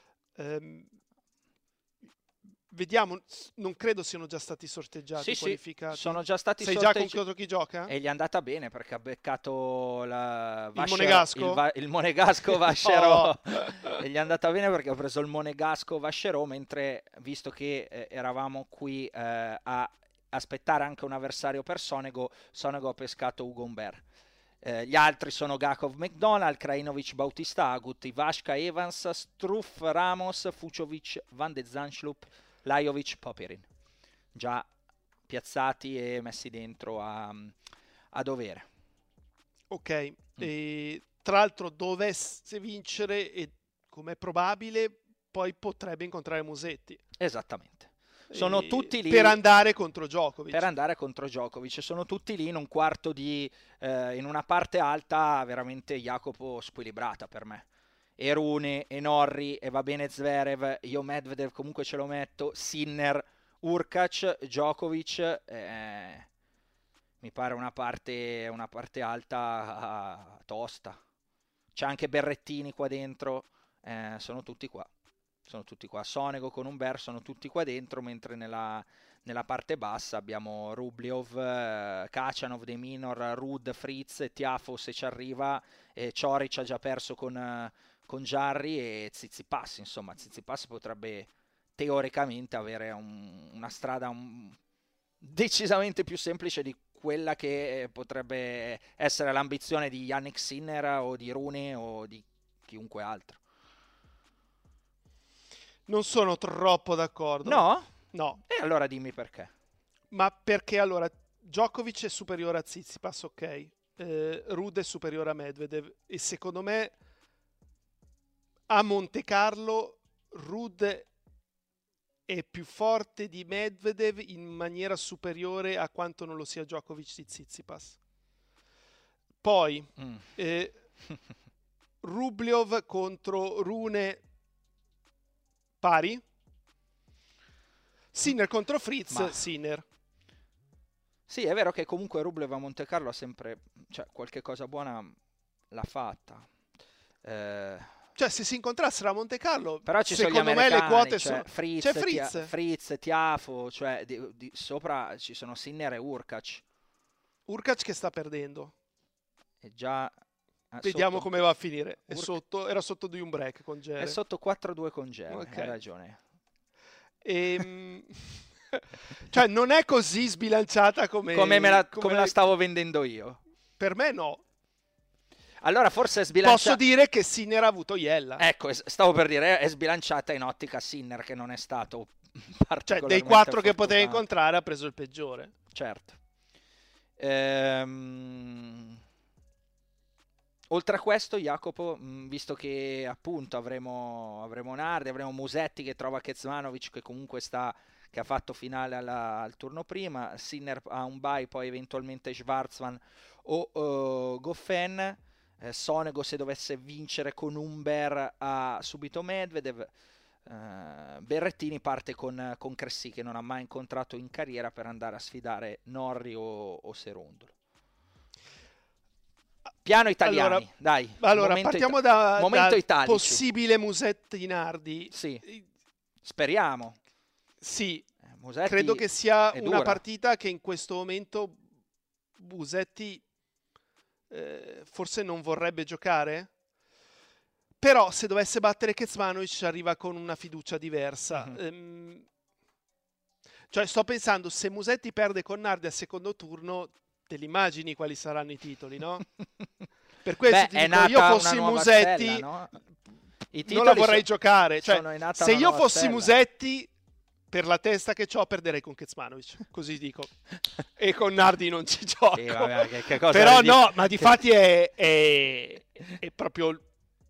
Vediamo, non credo siano già stati sorteggiati, qualificati. Sì, sono già stati sorteggiati. Sai già contro chi gioca? E gli è andata bene, perché ha beccato il Monegasco? Il Monegasco Vacherot. E gli è andata bene perché ha preso il Monegasco Vacherot, mentre, visto che eravamo qui a aspettare anche un avversario per Sonego ha pescato Ugo Humbert. Gli altri sono Gakov, McDonald, Krajinovic, Bautista Agut, Ivashka, Evans, Struff, Ramos, Fucsovics, Van de Zandschulp, Lajovic, Popyrin, già piazzati e messi dentro a dovere. Ok, e tra l'altro dovesse vincere, e come è probabile, poi potrebbe incontrare Musetti. Esattamente. Sono tutti lì per andare contro Djokovic. Sono tutti lì in un quarto in una parte alta veramente, Jacopo, squilibrata per me. E Rune, e Norrie, e va bene Zverev, io Medvedev comunque ce lo metto, Sinner Hurkacz, Djokovic, mi pare una parte alta tosta. C'è anche Berrettini qua dentro, sono tutti qua. Sonego con Humbert sono tutti qua dentro, mentre nella parte bassa abbiamo Rublev, Khachanov, De Minaur, Ruud, Fritz, Tiafoe se ci arriva, Coric ha già perso con Jarry e Tsitsipas. Insomma, Tsitsipas potrebbe teoricamente avere una strada decisamente più semplice di quella che potrebbe essere l'ambizione di Jannik Sinner o di Rune o di chiunque altro. Non sono troppo d'accordo. No? No. E allora dimmi perché. Ma perché allora Djokovic è superiore a Tsitsipas, ok. Ruud è superiore a Medvedev e secondo me a Monte Carlo Ruud è più forte di Medvedev in maniera superiore a quanto non lo sia Djokovic di Tsitsipas. Poi Rublev contro Rune pari. Sinner contro Fritz, Sinner. Sì, è vero che comunque Rublev a Monte Carlo ha sempre, cioè, qualche cosa buona l'ha fatta. Cioè, se si incontrassero a Monte Carlo, però ci secondo me le quote cioè, sono... c'è Fritz, Tiafoe, cioè sopra ci sono Sinner e Hurkacz. Hurkacz che sta perdendo. È già... Vediamo sotto. come va a finire. Era sotto di un break con Gere. È sotto 4-2 con Gere, Okay. Hai ragione. Cioè, non è così sbilanciata come la stavo vendendo io. Per me no. Allora forse è sbilanciata. Posso dire che Sinner ha avuto Iella. Ecco, stavo per dire, è sbilanciata in ottica Sinner, che non è stato particolarmente cioè, dei 4 che fortunato. poteva incontrare ha preso il peggiore. Certo. Oltre a questo, Jacopo, visto che appunto avremo Nardi, avremo Musetti che trova Kecmanovic, che comunque che ha fatto finale al turno prima, Sinner ha un bye, poi eventualmente Schwarzman o Goffin, Sonego se dovesse vincere con Humbert ha subito Medvedev, Berrettini parte con Cressy, che non ha mai incontrato in carriera, per andare a sfidare Norrie o Serundolo. Piano italiani, allora, dai. Allora, partiamo da possibile Musetti Nardi. Sì, speriamo. Sì, Musetti credo che sia è una dura. partita che in questo momento Musetti forse non vorrebbe giocare. Però se dovesse battere Kecmanovic arriva con una fiducia diversa. Mm-hmm. Cioè, sto pensando, se Musetti perde con Nardi al secondo turno, te li immagini quali saranno i titoli, no? Per questo ti dico, io fossi Musetti, stella, no? non la vorrei giocare. Cioè, se io fossi stella. Musetti, per la testa che ho, perderei con Kecmanovic, così dico. E con Nardi non ci gioco. Sì, vabbè, che cosa però no, ma difatti è proprio...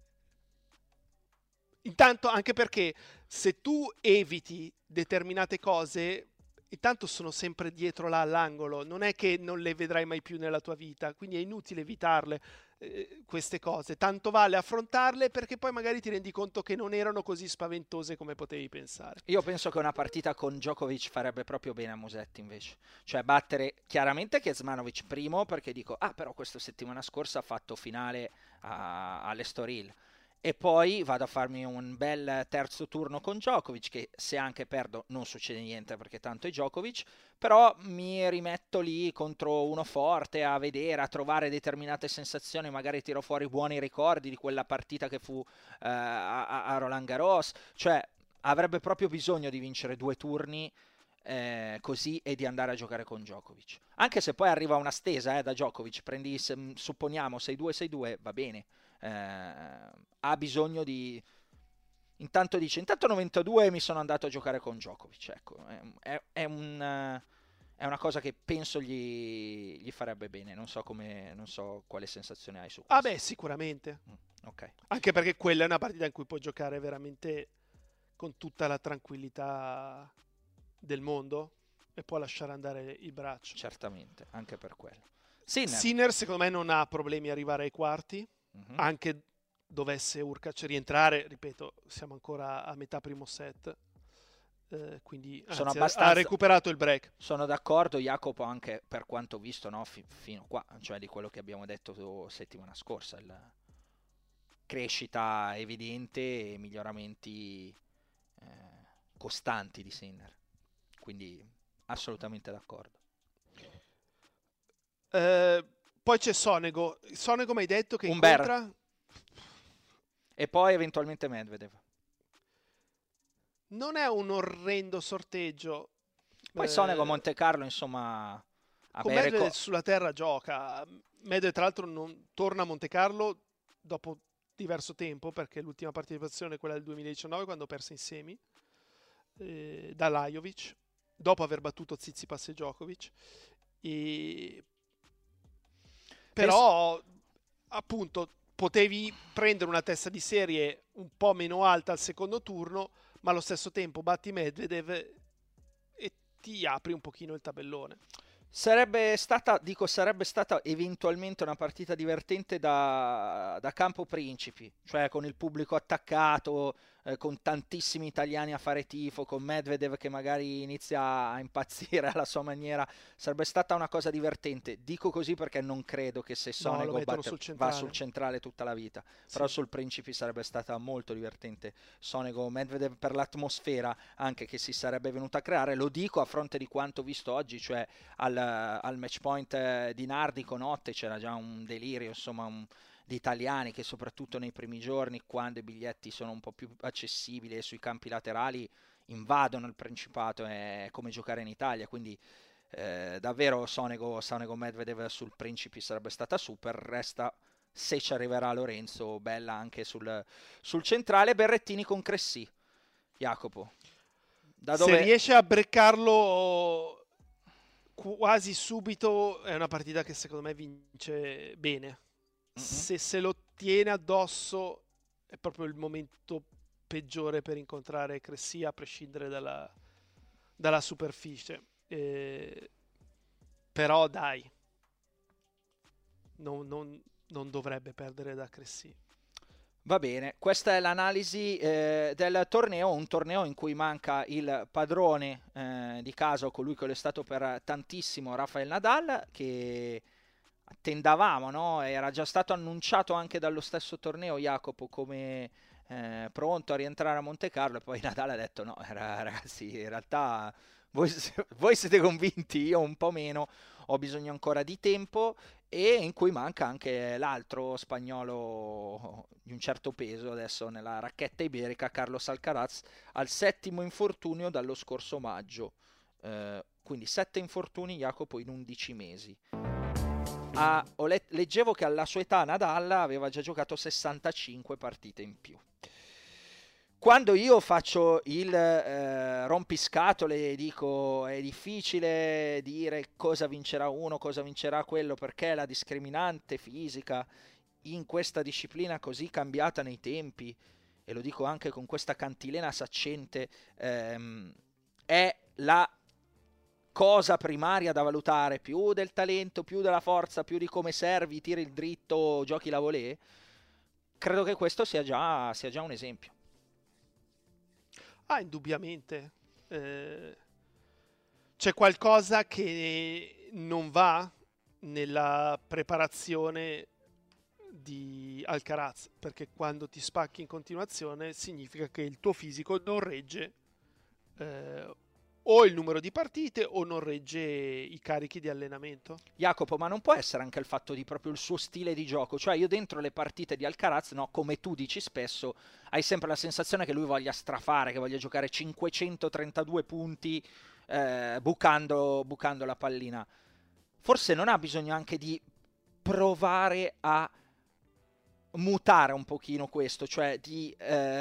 Intanto, anche perché se tu eviti determinate cose, intanto sono sempre dietro là all'angolo, non è che non le vedrai mai più nella tua vita, quindi è inutile evitarle queste cose, tanto vale affrontarle, perché poi magari ti rendi conto che non erano così spaventose come potevi pensare. Io penso che una partita con Djokovic farebbe proprio bene a Musetti, invece, cioè battere chiaramente Kecmanovic primo, perché dico, però questa settimana scorsa ha fatto finale all'Estoril, e poi vado a farmi un bel terzo turno con Djokovic, che se anche perdo non succede niente perché tanto è Djokovic, però mi rimetto lì contro uno forte a vedere, a trovare determinate sensazioni, magari tiro fuori buoni ricordi di quella partita che fu a Roland Garros, cioè avrebbe proprio bisogno di vincere 2 turni così, e di andare a giocare con Djokovic, anche se poi arriva una stesa da Djokovic, prendi supponiamo 6-2, va bene. Ha bisogno di intanto 92 mi sono andato a giocare con Djokovic, ecco, è una cosa che penso gli farebbe bene, non so quale sensazione hai su questo. Sicuramente. Okay. Anche perché quella è una partita in cui puoi giocare veramente con tutta la tranquillità del mondo e può lasciare andare il braccio. Certamente, anche per quello. Sinner secondo me non ha problemi a arrivare ai quarti. Anche dovesse Hurkacz rientrare, ripeto, siamo ancora a metà primo set, quindi sono ha recuperato il break. Sono d'accordo, Jacopo, anche per quanto ho visto, no, fino qua, cioè di quello che abbiamo detto settimana scorsa, crescita evidente e miglioramenti costanti di Sinner, quindi assolutamente d'accordo. Poi c'è Sonego mi hai detto che incontra, e poi eventualmente Medvedev. Non è un orrendo sorteggio. Poi Sonego Monte Carlo, insomma, con Medvedev sulla terra gioca. Medvedev tra l'altro non torna a Monte Carlo dopo diverso tempo, perché l'ultima partecipazione è quella del 2019, quando perse in semi da Lajovic, dopo aver battuto Tsitsipas e Djokovic. Però appunto potevi prendere una testa di serie un po' meno alta al secondo turno, ma allo stesso tempo batti Medvedev e ti apri un pochino il tabellone. Sarebbe stata eventualmente una partita divertente da Campo Principi, cioè con il pubblico attaccato, con tantissimi italiani a fare tifo, con Medvedev che magari inizia a impazzire alla sua maniera. Sarebbe stata una cosa divertente. Dico così perché non credo che se Sonego va sul centrale tutta la vita, sì. Però sul Principi sarebbe stata molto divertente Sonego Medvedev, per l'atmosfera anche che si sarebbe venuta a creare. Lo dico a fronte di quanto visto oggi, cioè al match point di Nardico notte c'era già un delirio, insomma, di italiani che soprattutto nei primi giorni, quando i biglietti sono un po' più accessibili e sui campi laterali, invadono il Principato. È come giocare in Italia, quindi davvero Sonego Medvedev sul Principi sarebbe stata super. Resta, se ci arriverà Lorenzo, bella anche sul centrale. Berrettini con Cressy, Jacopo, se riesce a breccarlo quasi subito è una partita che secondo me vince bene. Se lo tiene addosso è proprio il momento peggiore per incontrare Cressy, a prescindere dalla superficie. Però dai, non dovrebbe perdere da Cressy. Va bene, questa è l'analisi del torneo, un torneo in cui manca il padrone di casa, colui che lo è stato per tantissimo, Rafael Nadal, che attendavamo, no? Era già stato annunciato anche dallo stesso torneo, Jacopo, come pronto a rientrare a Monte Carlo, e poi Nadal ha detto no, ragazzi, in realtà voi siete convinti, io un po' meno, ho bisogno ancora di tempo. E in cui manca anche l'altro spagnolo di un certo peso adesso nella racchetta iberica, Carlos Alcaraz, al 7° infortunio dallo scorso maggio, quindi 7 infortuni, Jacopo, in 11 mesi. Leggevo che alla sua età Nadal aveva già giocato 65 partite in più. Quando io faccio il rompiscatole e dico è difficile dire cosa vincerà uno, cosa vincerà quello, perché la discriminante fisica in questa disciplina così cambiata nei tempi, e lo dico anche con questa cantilena saccente, è la cosa primaria da valutare, più del talento, più della forza, più di come servi, tiri il dritto, giochi la volée. Credo che questo sia già un esempio. Indubbiamente. C'è qualcosa che non va nella preparazione di Alcaraz, perché quando ti spacchi in continuazione significa che il tuo fisico non regge o il numero di partite o non regge i carichi di allenamento. Jacopo, ma non può essere anche il fatto di proprio il suo stile di gioco? Cioè io dentro le partite di Alcaraz, no, come tu dici spesso, hai sempre la sensazione che lui voglia strafare, che voglia giocare 532 punti bucando la pallina. Forse non ha bisogno anche di provare a mutare un pochino questo, cioè di...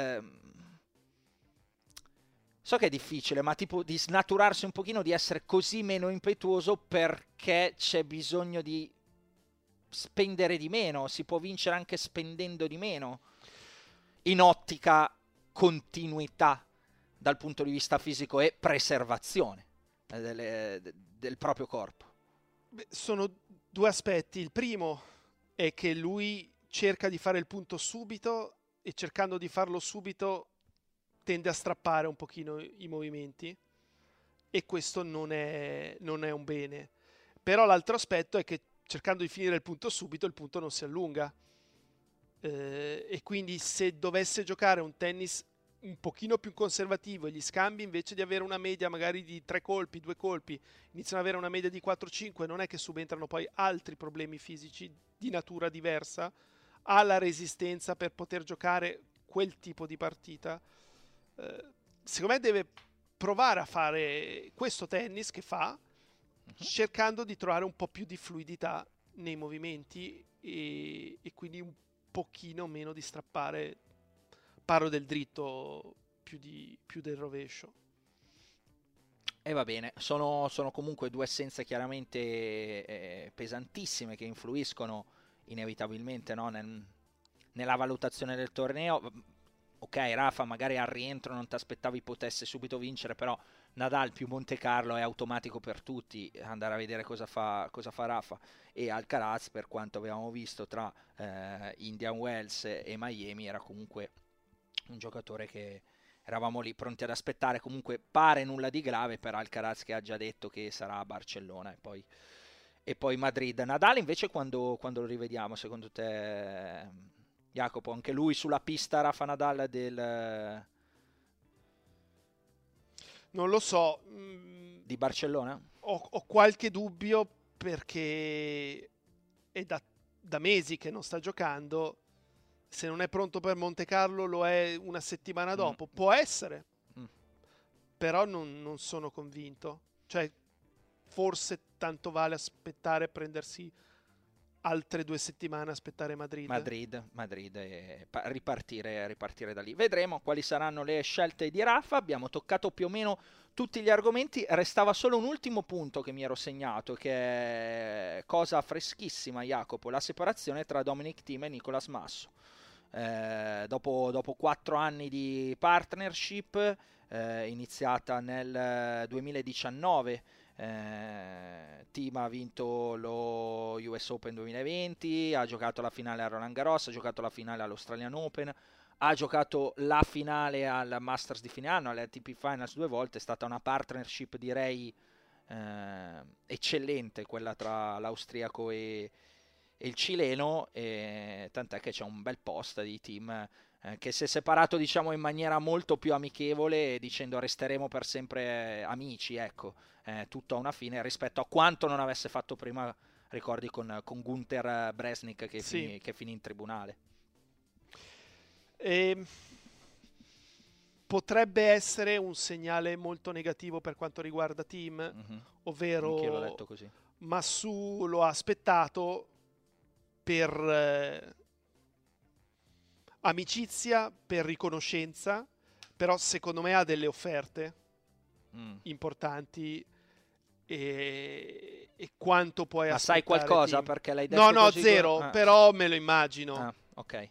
So che è difficile, ma tipo di snaturarsi un pochino, di essere così meno impetuoso, perché c'è bisogno di spendere di meno, si può vincere anche spendendo di meno, in ottica continuità dal punto di vista fisico e preservazione del proprio corpo. Sono due aspetti. Il primo è che lui cerca di fare il punto subito, e cercando di farlo subito tende a strappare un pochino i movimenti, e questo non è un bene. Però l'altro aspetto è che cercando di finire il punto subito, il punto non si allunga, e quindi se dovesse giocare un tennis un pochino più conservativo e gli scambi, invece di avere una media magari di 3 colpi, 2 colpi, iniziano ad avere una media di 4-5, non è che subentrano poi altri problemi fisici di natura diversa, ha la resistenza per poter giocare quel tipo di partita. Secondo me deve provare a fare questo tennis che fa, cercando di trovare un po' più di fluidità nei movimenti e quindi un pochino meno di strappare. Parlo del dritto più del rovescio. E va bene, sono comunque due assenze chiaramente pesantissime che influiscono inevitabilmente, no, nella valutazione del torneo. Ok, Rafa, magari al rientro non ti aspettavi potesse subito vincere, però Nadal più Monte Carlo è automatico per tutti, andare a vedere cosa fa Rafa. E Alcaraz, per quanto avevamo visto tra Indian Wells e Miami, era comunque un giocatore che eravamo lì pronti ad aspettare. Comunque pare nulla di grave per Alcaraz, che ha già detto che sarà a Barcellona e poi Madrid. Nadal invece quando lo rivediamo, secondo te, Jacopo? Anche lui sulla pista, Rafa Nadal non lo so, di Barcellona? Ho qualche dubbio, perché è da mesi che non sta giocando. Se non è pronto per Monte Carlo, lo è una settimana dopo. Può essere, però non sono convinto. Cioè, forse tanto vale aspettare e prendersi altre 2 settimane, aspettare Madrid e ripartire da lì. Vedremo quali saranno le scelte di Rafa. Abbiamo toccato più o meno tutti gli argomenti. Restava solo un ultimo punto che mi ero segnato, che è cosa freschissima, Jacopo: la separazione tra Dominic Thiem e Nicolas Masso. Dopo 4 anni di partnership, iniziata nel 2019, Thiem ha vinto lo US Open 2020, ha giocato la finale a Roland Garros, ha giocato la finale all'Australian Open, ha giocato la finale al Masters di fine anno, alle ATP Finals 2 volte. È stata una partnership, direi, eccellente, quella tra l'austriaco e il cileno, tant'è che c'è un bel post di Thiem che si è separato, diciamo, in maniera molto più amichevole, dicendo resteremo per sempre amici, ecco, tutto a una fine, rispetto a quanto non avesse fatto prima, ricordi, con Gunther Bresnik che finì in tribunale. Potrebbe essere un segnale molto negativo per quanto riguarda Thiem, ovvero anche io l'ho letto così. Massù lo ha aspettato per amicizia, per riconoscenza, però secondo me ha delle offerte importanti, e quanto puoi aspettare. Ma sai qualcosa? Thiem? Perché l'hai detto No, così zero, però me lo immagino. Ok.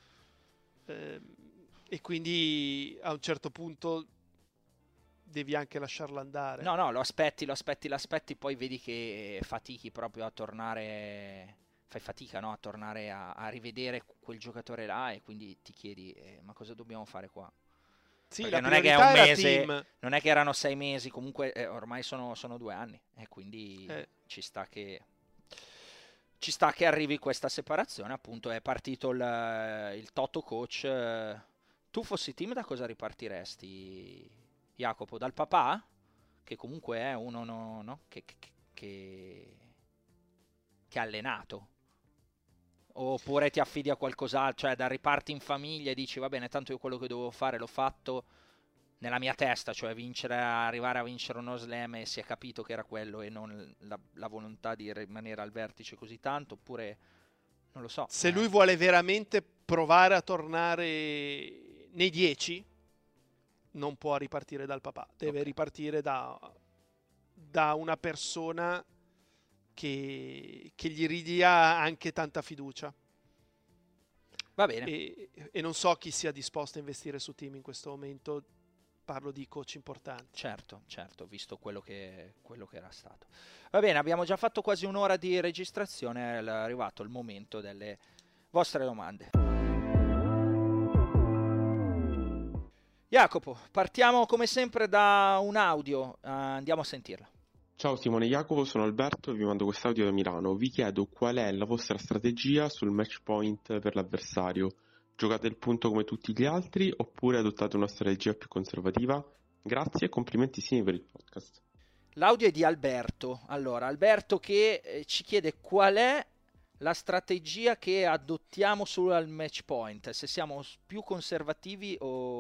E quindi a un certo punto devi anche lasciarlo andare. No, lo aspetti, poi vedi che fatichi proprio a tornare, fai fatica, no? A tornare a rivedere quel giocatore là, e quindi ti chiedi ma cosa dobbiamo fare qua? Sì, perché la non è che è un priorità era mese, Thiem. non è che erano 6 mesi, comunque ormai sono 2 anni, e quindi ci sta che arrivi questa separazione. Appunto è partito il Toto coach. Tu fossi Thiem, da cosa ripartiresti, Jacopo? Dal papà? Che comunque è uno no? che ha allenato? Oppure ti affidi a qualcos'altro? Cioè, da riparti in famiglia e dici va bene, tanto io quello che dovevo fare l'ho fatto nella mia testa, cioè arrivare a vincere uno slam, e si è capito che era quello e non la volontà di rimanere al vertice così tanto? Oppure non lo so. Se lui vuole veramente provare a tornare nei 10, non può ripartire dal papà, deve ripartire da una persona che gli ridia anche tanta fiducia. Va bene. E non so chi sia disposto a investire su Thiem in questo momento. Parlo di coach importanti. Certo, visto quello che era stato. Va bene, abbiamo già fatto quasi un'ora di registrazione, è arrivato il momento delle vostre domande. Jacopo, partiamo come sempre da un audio, andiamo a sentirlo. Ciao Simone e Jacopo, sono Alberto e vi mando quest'audio da Milano. Vi chiedo qual è la vostra strategia sul match point per l'avversario. Giocate il punto come tutti gli altri oppure adottate una strategia più conservativa? Grazie e complimenti per il podcast. L'audio è di Alberto. Allora, Alberto che ci chiede qual è la strategia che adottiamo sul match point, se siamo più conservativi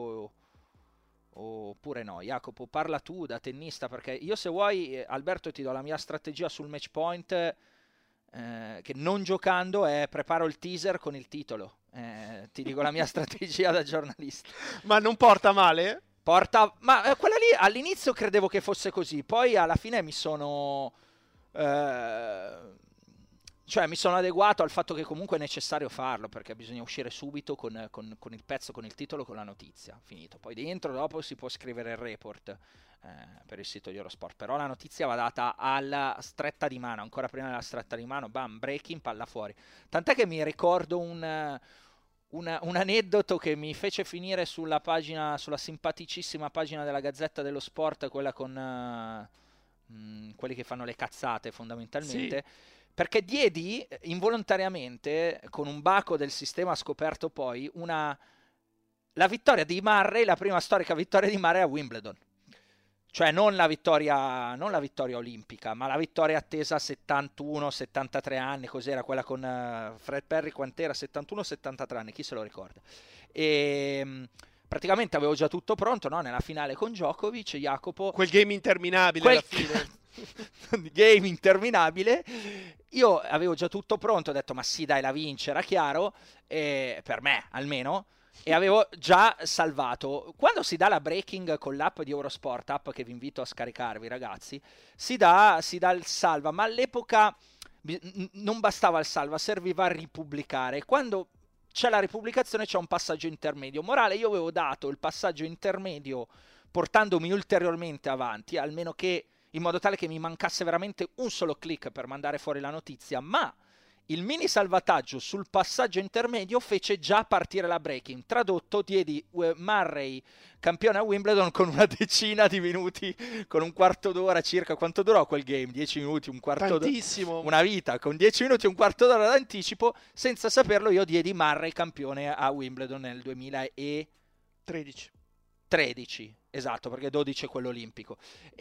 oppure no. Jacopo, parla tu da tennista, perché io, se vuoi, Alberto, ti do la mia strategia sul match point, che non giocando è preparo il teaser con il titolo. Ti dico la mia strategia da giornalista. Ma non porta male? Ma quella lì all'inizio credevo che fosse così, poi alla fine mi sono adeguato al fatto che comunque è necessario farlo, perché bisogna uscire subito con il pezzo, con il titolo, con la notizia, finito. Poi dentro dopo si può scrivere il report per il sito di Eurosport, però la notizia va data alla stretta di mano, ancora prima della stretta di mano, bam, breaking, palla fuori. Tant'è che mi ricordo un aneddoto che mi fece finire sulla simpaticissima pagina della Gazzetta dello Sport, quella con quelli che fanno le cazzate fondamentalmente, sì. Perché diedi involontariamente, con un baco del sistema scoperto poi, la vittoria di Murray, la prima storica vittoria di Murray a Wimbledon. Cioè non la vittoria olimpica, ma la vittoria attesa a 71-73 anni, cos'era quella con Fred Perry, quant'era? 71-73 anni, chi se lo ricorda? E praticamente avevo già tutto pronto, no? Nella finale con Djokovic, Jacopo... Quel game interminabile alla fine. Game interminabile. Io avevo già tutto pronto, ho detto ma sì dai, la vince, era chiaro, per me almeno, e avevo già salvato. Quando si dà la breaking con l'app di Eurosport, app che vi invito a scaricarvi ragazzi, si dà il salva, ma all'epoca non bastava il salva, serviva a ripubblicare. Quando c'è la ripubblicazione c'è un passaggio intermedio. Morale, io avevo dato il passaggio intermedio portandomi ulteriormente avanti, almeno che in modo tale che mi mancasse veramente un solo click per mandare fuori la notizia, ma il mini salvataggio sul passaggio intermedio fece già partire la breaking. Tradotto, diedi Murray campione a Wimbledon con una decina di minuti, con un quarto d'ora circa. Quanto durò quel game? 10 minuti, un quarto d'ora? Tantissimo. Una vita, con 10 minuti e un quarto d'ora d'anticipo. Senza saperlo io diedi Murray campione a Wimbledon nel 2013. Esatto, perché 12 è quello olimpico.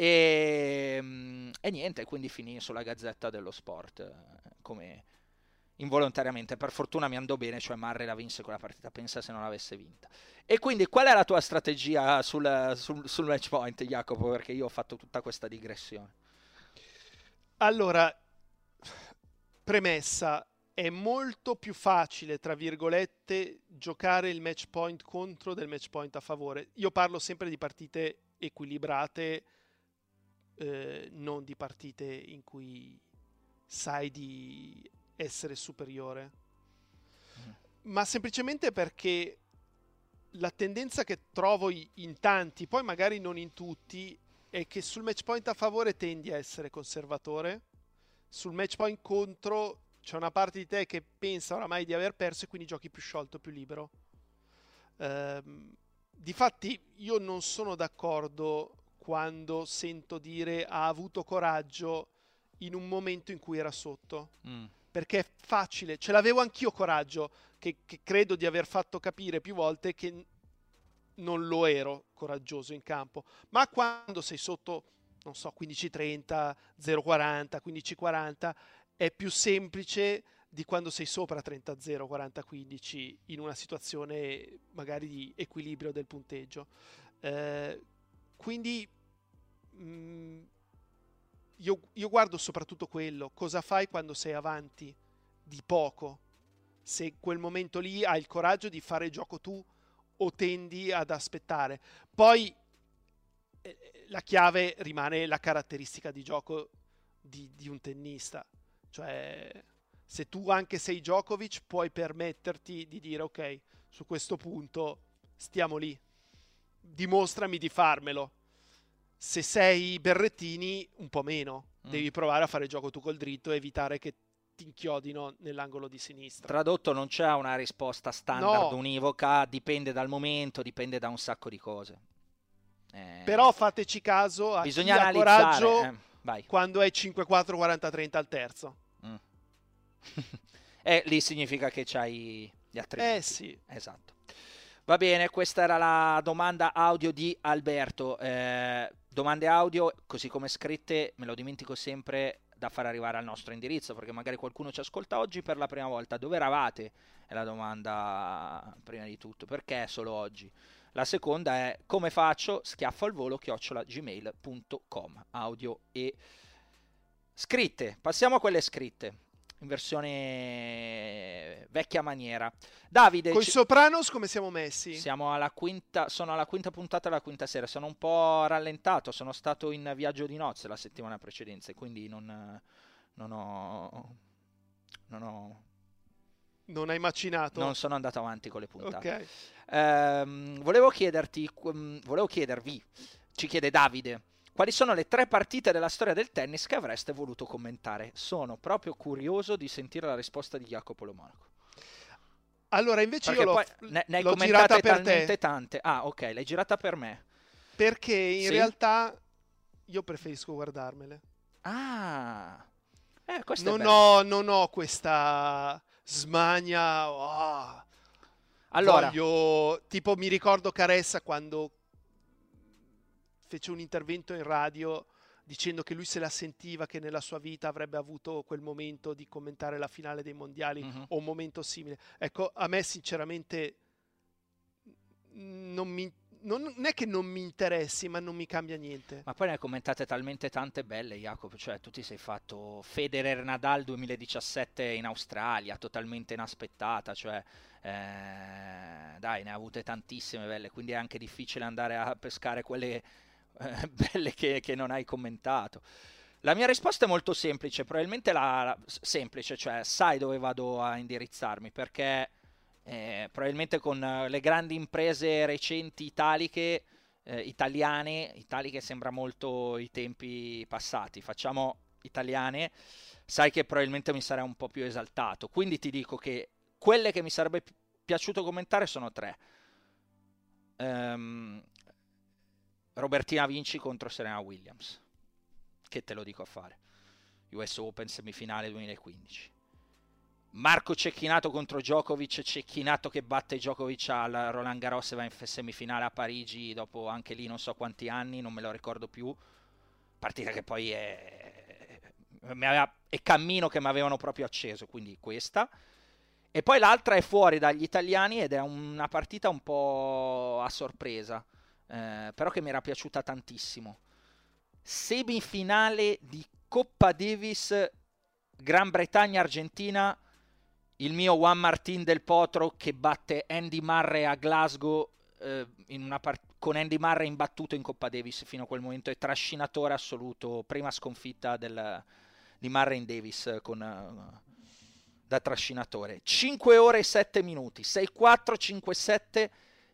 E niente, quindi finì sulla Gazzetta dello Sport come involontariamente. Per fortuna mi andò bene, cioè Murray la vinse quella partita, pensa se non l'avesse vinta. E quindi qual è la tua strategia sul match point, Jacopo? Perché io ho fatto tutta questa digressione. Allora, premessa, è molto più facile, tra virgolette, giocare il match point contro del match point a favore. Io parlo sempre di partite equilibrate, non di partite in cui sai di essere superiore. Ma semplicemente perché la tendenza che trovo in tanti, poi magari non in tutti, è che sul match point a favore tendi a essere conservatore, sul match point contro c'è una parte di te che pensa oramai di aver perso e quindi giochi più sciolto, più libero. Difatti io non sono d'accordo quando sento dire ha avuto coraggio in un momento in cui era sotto. Perché è facile, ce l'avevo anch'io coraggio, che credo di aver fatto capire più volte che non lo ero coraggioso in campo. Ma quando sei sotto, non so, 15-30, 0-40, 15-40... è più semplice di quando sei sopra 30-0, 40-15 in una situazione magari di equilibrio del punteggio. Quindi io guardo soprattutto quello. Cosa fai quando sei avanti di poco? Se in quel momento lì hai il coraggio di fare gioco tu o tendi ad aspettare. Poi la chiave rimane la caratteristica di gioco di un tennista. Cioè, se tu anche sei Djokovic puoi permetterti di dire ok, su questo punto stiamo lì, dimostrami di farmelo. Se sei Berrettini un po' meno, devi provare a fare gioco tu col dritto e evitare che ti inchiodino nell'angolo di sinistra. Tradotto, non c'è una risposta standard No. univoca, dipende dal momento, dipende da un sacco di cose. Però fateci caso a bisogna chi ha analizzare. coraggio Vai. quando è 5-4, 40-30 al terzo. Lì significa che c'hai gli attributi. Sì. Esatto. Va bene, questa era la domanda audio di Alberto. Domande audio, così come scritte, me lo dimentico sempre da far arrivare al nostro indirizzo, perché magari qualcuno ci ascolta oggi per la prima volta. Dove eravate? È la domanda prima di tutto. Perché solo oggi? La seconda è come faccio? Schiaffo al volo @gmail.com. Audio e scritte. Passiamo a quelle scritte in versione vecchia maniera. Davide, Coi Sopranos come siamo messi? sono alla quinta puntata della quinta serie. Sono un po' rallentato, sono stato in viaggio di nozze la settimana precedente, quindi non hai macinato? Non sono andato avanti con le puntate. Ok. Volevo chiedervi, ci chiede Davide, quali sono le 3 partite della storia del tennis che avreste voluto commentare? Sono proprio curioso di sentire la risposta di Jacopo Lo Monaco. Allora, invece Perché io poi ne l'ho commentate girata per talmente te. tante. Ah, ok, l'hai girata per me. Perché in Sì? realtà io preferisco guardarmele. Ah, questo è Non bello. ho questa smania. Allora, Tipo, mi ricordo Caressa quando fece un intervento in radio dicendo che lui se la sentiva che nella sua vita avrebbe avuto quel momento di commentare la finale dei mondiali o un momento simile. Ecco, a me sinceramente non è che non mi interessi, ma non mi cambia niente. ma poi ne hai commentate talmente tante belle, Jacopo, cioè tu ti sei fatto Federer-Nadal 2017 in Australia, totalmente inaspettata, cioè dai, ne ha avute tantissime belle, quindi è anche difficile andare a pescare quelle belle che non hai commentato. La mia risposta è molto semplice, probabilmente semplice, cioè sai dove vado a indirizzarmi, perché probabilmente con le grandi imprese recenti italiche sembra molto i tempi passati, facciamo italiane, sai che probabilmente mi sarei un po' più esaltato, quindi ti dico che quelle che mi sarebbe piaciuto commentare sono 3. Robertina Vinci contro Serena Williams, che te lo dico a fare, US Open semifinale 2015. Marco Cecchinato contro Djokovic, Cecchinato che batte Djokovic al Roland Garros e va in semifinale a Parigi dopo anche lì non so quanti anni, non me lo ricordo più, partita che poi è cammino che mi avevano proprio acceso, quindi questa. E poi l'altra è fuori dagli italiani ed è una partita un po' a sorpresa, però che mi era piaciuta tantissimo. Semifinale di Coppa Davis Gran Bretagna-Argentina, il mio Juan Martín del Potro che batte Andy Murray a Glasgow con Andy Murray imbattuto in Coppa Davis fino a quel momento, è trascinatore assoluto, prima sconfitta di Murray in Davis da trascinatore. 5 ore e 7 minuti, 6-4, 5-7,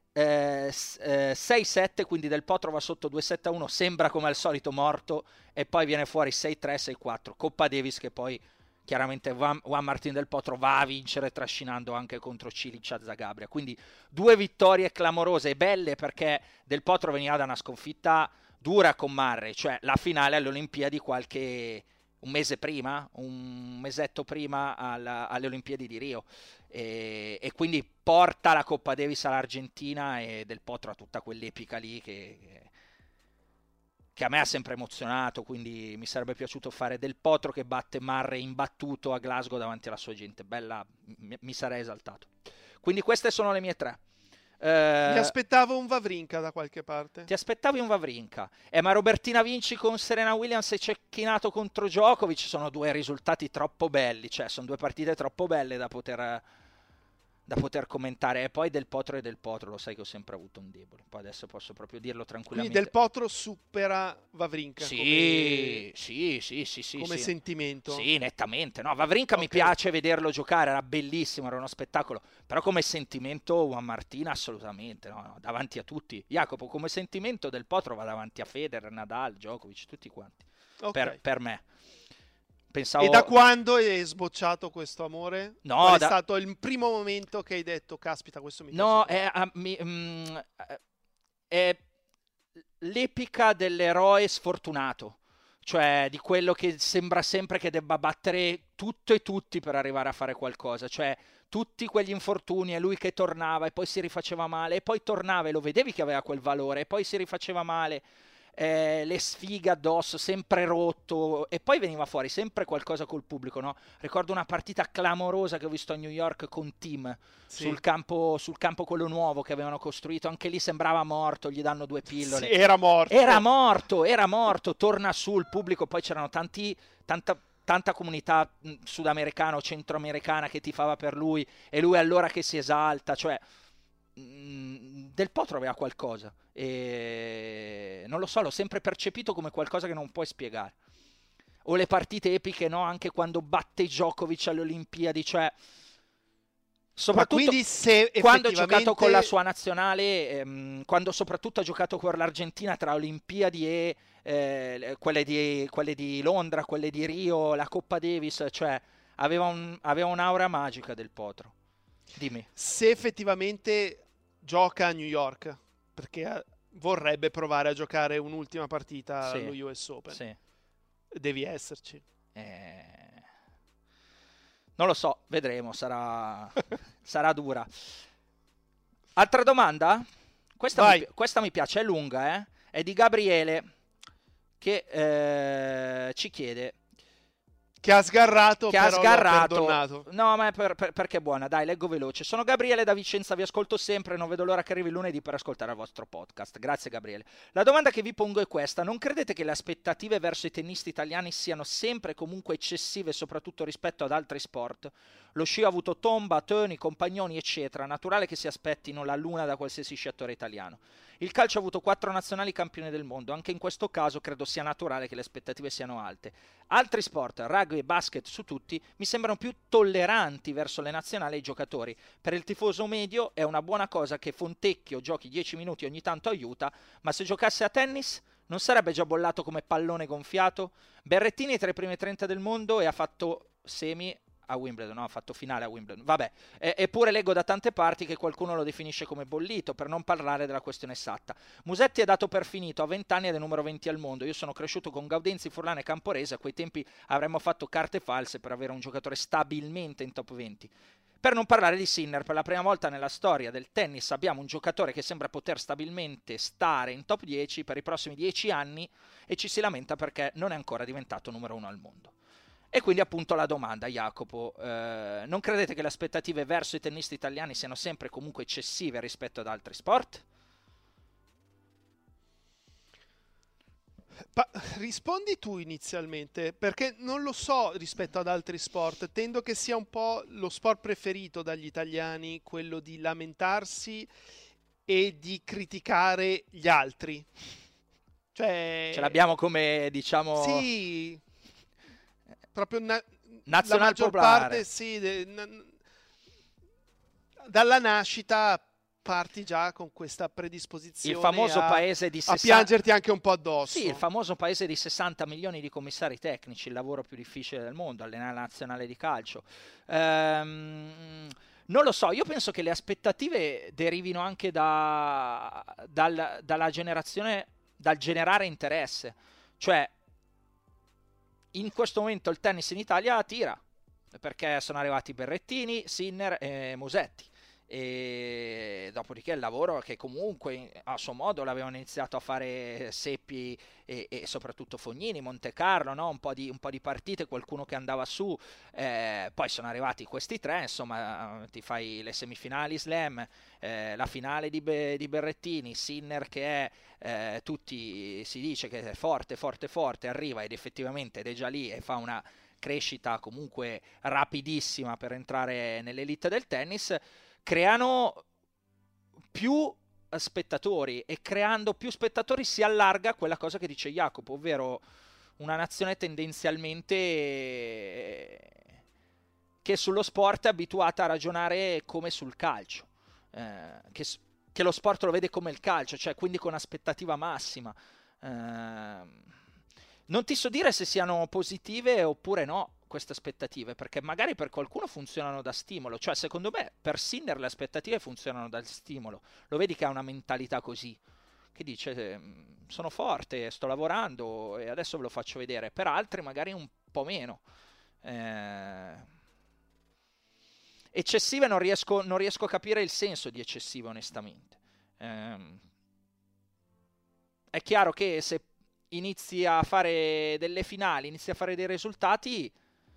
6-7, quindi Del Potro va sotto 2-7-1, sembra come al solito morto e poi viene fuori 6-3, 6-4, Coppa Davis che poi chiaramente Juan Martín del Potro va a vincere trascinando anche contro Cilic a Zagabria, quindi 2 vittorie clamorose e belle, perché Del Potro veniva da una sconfitta dura con Murray, cioè la finale alle Olimpiadi un mesetto prima alle Olimpiadi di Rio, e quindi porta la Coppa Davis all'Argentina e Del Potro a tutta quell'epica lì che a me ha sempre emozionato, quindi mi sarebbe piaciuto fare Del Potro che batte Murray imbattuto a Glasgow davanti alla sua gente, bella, mi sarei esaltato. Quindi queste sono le mie 3. Mi aspettavo un Wawrinka da qualche parte. Ti aspettavi un Wawrinka? Ma Robertina Vinci con Serena Williams e Cecchinato contro Djokovic sono 2 risultati troppo belli, cioè sono 2 partite troppo belle da poter commentare. E poi Del Potro lo sai che ho sempre avuto un debole, poi adesso posso proprio dirlo tranquillamente. Quindi Del Potro supera Wawrinka sì, come sentimento. Sì, nettamente. No, Wawrinka mi piace vederlo giocare, era bellissimo, era uno spettacolo, però come sentimento Juan Martín assolutamente, no, davanti a tutti. Jacopo, come sentimento Del Potro va davanti a Federer, Nadal, Djokovic, tutti quanti. Per me. pensavo... E da quando è sbocciato questo amore? No, Qual è stato il primo momento che hai detto, caspita, questo mi piace? No, è l'epica dell'eroe sfortunato, cioè di quello che sembra sempre che debba battere tutto e tutti per arrivare a fare qualcosa, cioè tutti quegli infortuni e lui che tornava e poi si rifaceva male e poi tornava e lo vedevi che aveva quel valore e poi si rifaceva male, le sfighe addosso, sempre rotto, e poi veniva fuori sempre qualcosa col pubblico, no? Ricordo una partita clamorosa che ho visto a New York con Tim, Sì. sul campo quello nuovo che avevano costruito, anche lì sembrava morto, gli danno 2 pillole. Sì, era morto, torna su il pubblico, poi c'erano tanta comunità sudamericana o centroamericana che tifava per lui, e lui allora che si esalta, cioè Del Potro aveva qualcosa e non lo so, l'ho sempre percepito come qualcosa che non puoi spiegare. O le partite epiche, no? Anche quando batte Djokovic alle Olimpiadi, cioè soprattutto quindi se quando ha giocato con la sua nazionale, quando soprattutto ha giocato con l'Argentina tra Olimpiadi e quelle di Londra, quelle di Rio, la Coppa Davis, cioè aveva un'aura magica Del Potro. Dimmi. Se effettivamente gioca a New York, perché vorrebbe provare a giocare un'ultima partita allo US Open, sì. Devi esserci. Non lo so, vedremo, sarà dura. Altra domanda? Questa mi piace, è lunga, è di Gabriele, che ci chiede... Che ha sgarrato, che però ha sgarrato. l'ho perdonato. No, ma perché è buona, dai, leggo veloce. Sono Gabriele da Vicenza, vi ascolto sempre, non vedo l'ora che arrivi lunedì per ascoltare il vostro podcast. Grazie Gabriele. La domanda che vi pongo è questa: non credete che le aspettative verso i tennisti italiani siano sempre e comunque eccessive, soprattutto rispetto ad altri sport? Lo sci ha avuto Tomba, Toni, Compagnoni, eccetera. Naturale che si aspettino la luna da qualsiasi sciatore italiano. Il calcio ha avuto 4 nazionali campioni del mondo. Anche in questo caso credo sia naturale che le aspettative siano alte. Altri sport, rugby e basket su tutti, mi sembrano più tolleranti verso le nazionali e i giocatori. Per il tifoso medio è una buona cosa che Fontecchio giochi 10 minuti ogni tanto aiuta, ma se giocasse a tennis non sarebbe già bollato come pallone gonfiato? Berrettini è tra i primi 30 del mondo e ha fatto semi a Wimbledon, no, ha fatto finale a Wimbledon, vabbè, eppure leggo da tante parti che qualcuno lo definisce come bollito, per non parlare della questione esatta. Musetti è dato per finito, a 20 anni ed è numero 20 al mondo. Io sono cresciuto con Gaudenzi, Furlan e Camporese, a quei tempi avremmo fatto carte false per avere un giocatore stabilmente in top 20. Per non parlare di Sinner, per la prima volta nella storia del tennis abbiamo un giocatore che sembra poter stabilmente stare in top 10 per i prossimi 10 anni e ci si lamenta perché non è ancora diventato numero 1 al mondo. E quindi appunto la domanda, Jacopo, non credete che le aspettative verso i tennisti italiani siano sempre comunque eccessive rispetto ad altri sport? Rispondi tu inizialmente, perché non lo so rispetto ad altri sport. Tendo che sia un po' lo sport preferito dagli italiani, quello di lamentarsi e di criticare gli altri. Cioè... Ce l'abbiamo come, diciamo... Sì... proprio la maggior parte, sì, dalla nascita parti già con questa predisposizione il famoso paese di 60... a piangerti anche un po' addosso. Sì, il famoso paese di 60 milioni di commissari tecnici, il lavoro più difficile del mondo, allenare la nazionale di calcio. Non lo so, io penso che le aspettative derivino anche dalla generazione, dal generare interesse. Cioè, in questo momento il tennis in Italia tira, perché sono arrivati Berrettini, Sinner e Musetti. E dopodiché il lavoro che comunque a suo modo l'avevano iniziato a fare Seppi e soprattutto Fognini, Montecarlo, no? un po' di partite, qualcuno che andava su, poi sono arrivati questi tre, insomma ti fai le semifinali slam, la finale di Berrettini, Sinner che è tutti si dice che è forte, arriva ed effettivamente ed è già lì e fa una crescita comunque rapidissima per entrare nell'elite del tennis. Creano più spettatori e creando più spettatori si allarga quella cosa che dice Jacopo, ovvero una nazione tendenzialmente che sullo sport è abituata a ragionare come sul calcio, che lo sport lo vede come il calcio, cioè quindi con aspettativa massima. Non ti so dire se siano positive oppure no queste aspettative, perché magari per qualcuno funzionano da stimolo, cioè secondo me per Sinner le aspettative funzionano da stimolo, lo vedi che ha una mentalità così, che dice sono forte, sto lavorando e adesso ve lo faccio vedere, per altri magari un po' meno. Eccessive non riesco a capire il senso di eccessive onestamente. È chiaro che se inizi a fare delle finali, inizi a fare dei risultati,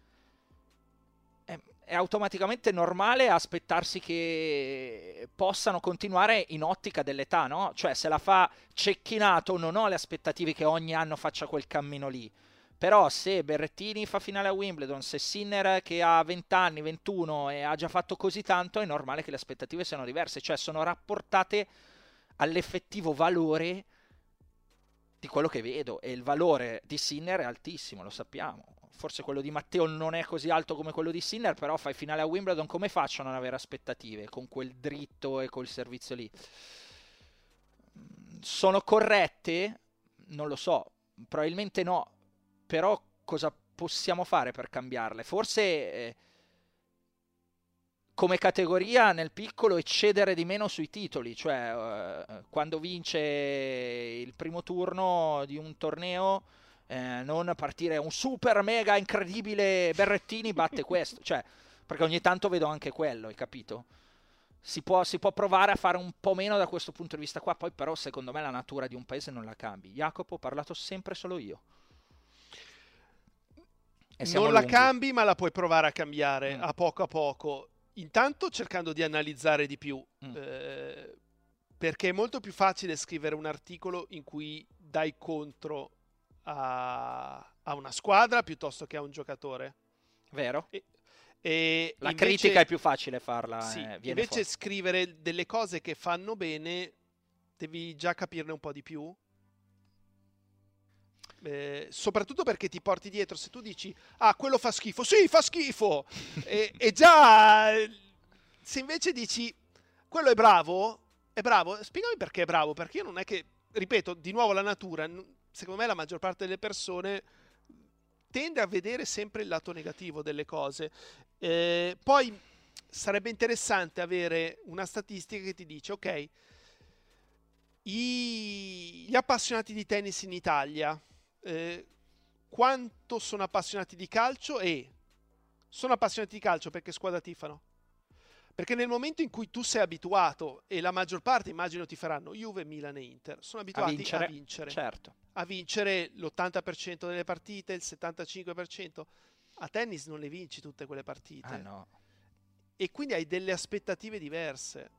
è automaticamente normale aspettarsi che possano continuare in ottica dell'età, no? Cioè se la fa Cecchinato non ho le aspettative che ogni anno faccia quel cammino lì, però se Berrettini fa finale a Wimbledon, se Sinner che ha 20 anni, 21 e ha già fatto così tanto, è normale che le aspettative siano diverse, cioè sono rapportate all'effettivo valore di quello che vedo, e il valore di Sinner è altissimo, lo sappiamo. Forse quello di Matteo non è così alto come quello di Sinner, però fai finale a Wimbledon, come faccio a non avere aspettative con quel dritto e col servizio lì? Sono corrette? Non lo so, probabilmente no, però cosa possiamo fare per cambiarle? Forse come categoria nel piccolo eccedere di meno sui titoli, cioè quando vince il primo turno di un torneo non partire un super mega incredibile Berrettini batte questo, cioè, perché ogni tanto vedo anche quello, hai capito? Si può provare a fare un po' meno da questo punto di vista qua, poi però secondo me la natura di un paese non la cambi. Jacopo, ho parlato sempre solo io. Non la cambi, ma la puoi provare a cambiare a poco. Intanto cercando di analizzare di più, perché è molto più facile scrivere un articolo in cui dai contro a una squadra piuttosto che a un giocatore. Vero? E la invece, critica è più facile farla. Sì, invece scrivere delle cose che fanno bene devi già capirne un po' di più. Soprattutto perché ti porti dietro, se tu dici quello fa schifo, sì fa schifo e già, se invece dici quello è bravo, spiegami perché è bravo, perché io non è che, ripeto di nuovo, la natura, secondo me la maggior parte delle persone tende a vedere sempre il lato negativo delle cose. Poi sarebbe interessante avere una statistica che ti dice ok, gli appassionati di tennis in Italia quanto sono appassionati di calcio, e sono appassionati di calcio perché squadra tifano? Perché nel momento in cui tu sei abituato, e la maggior parte immagino ti faranno Juve, Milan e Inter, sono abituati a vincere, certo, a vincere l'80% delle partite, il 75%. A tennis non le vinci tutte quelle partite, no. E quindi hai delle aspettative diverse.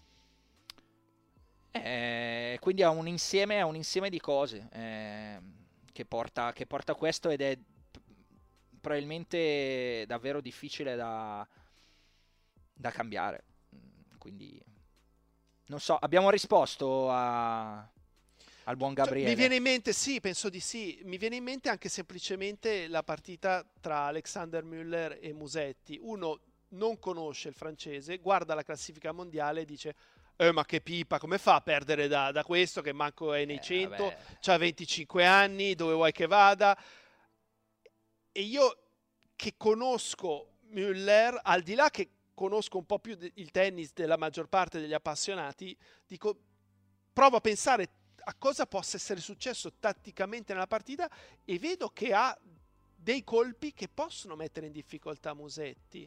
Quindi è un insieme di cose che porta a questo, ed è probabilmente davvero difficile da cambiare. Quindi non so, abbiamo risposto al buon Gabriele. Mi viene in mente, sì, penso di sì. Mi viene in mente anche semplicemente la partita tra Alexander Müller e Musetti. Uno non conosce il francese, guarda la classifica mondiale e dice ma che pipa, come fa a perdere da questo che manco è nei 100, c'ha 25 anni, dove vuoi che vada? E io che conosco Müller, al di là che conosco un po' più il tennis della maggior parte degli appassionati, dico, provo a pensare a cosa possa essere successo tatticamente nella partita e vedo che ha dei colpi che possono mettere in difficoltà Musetti.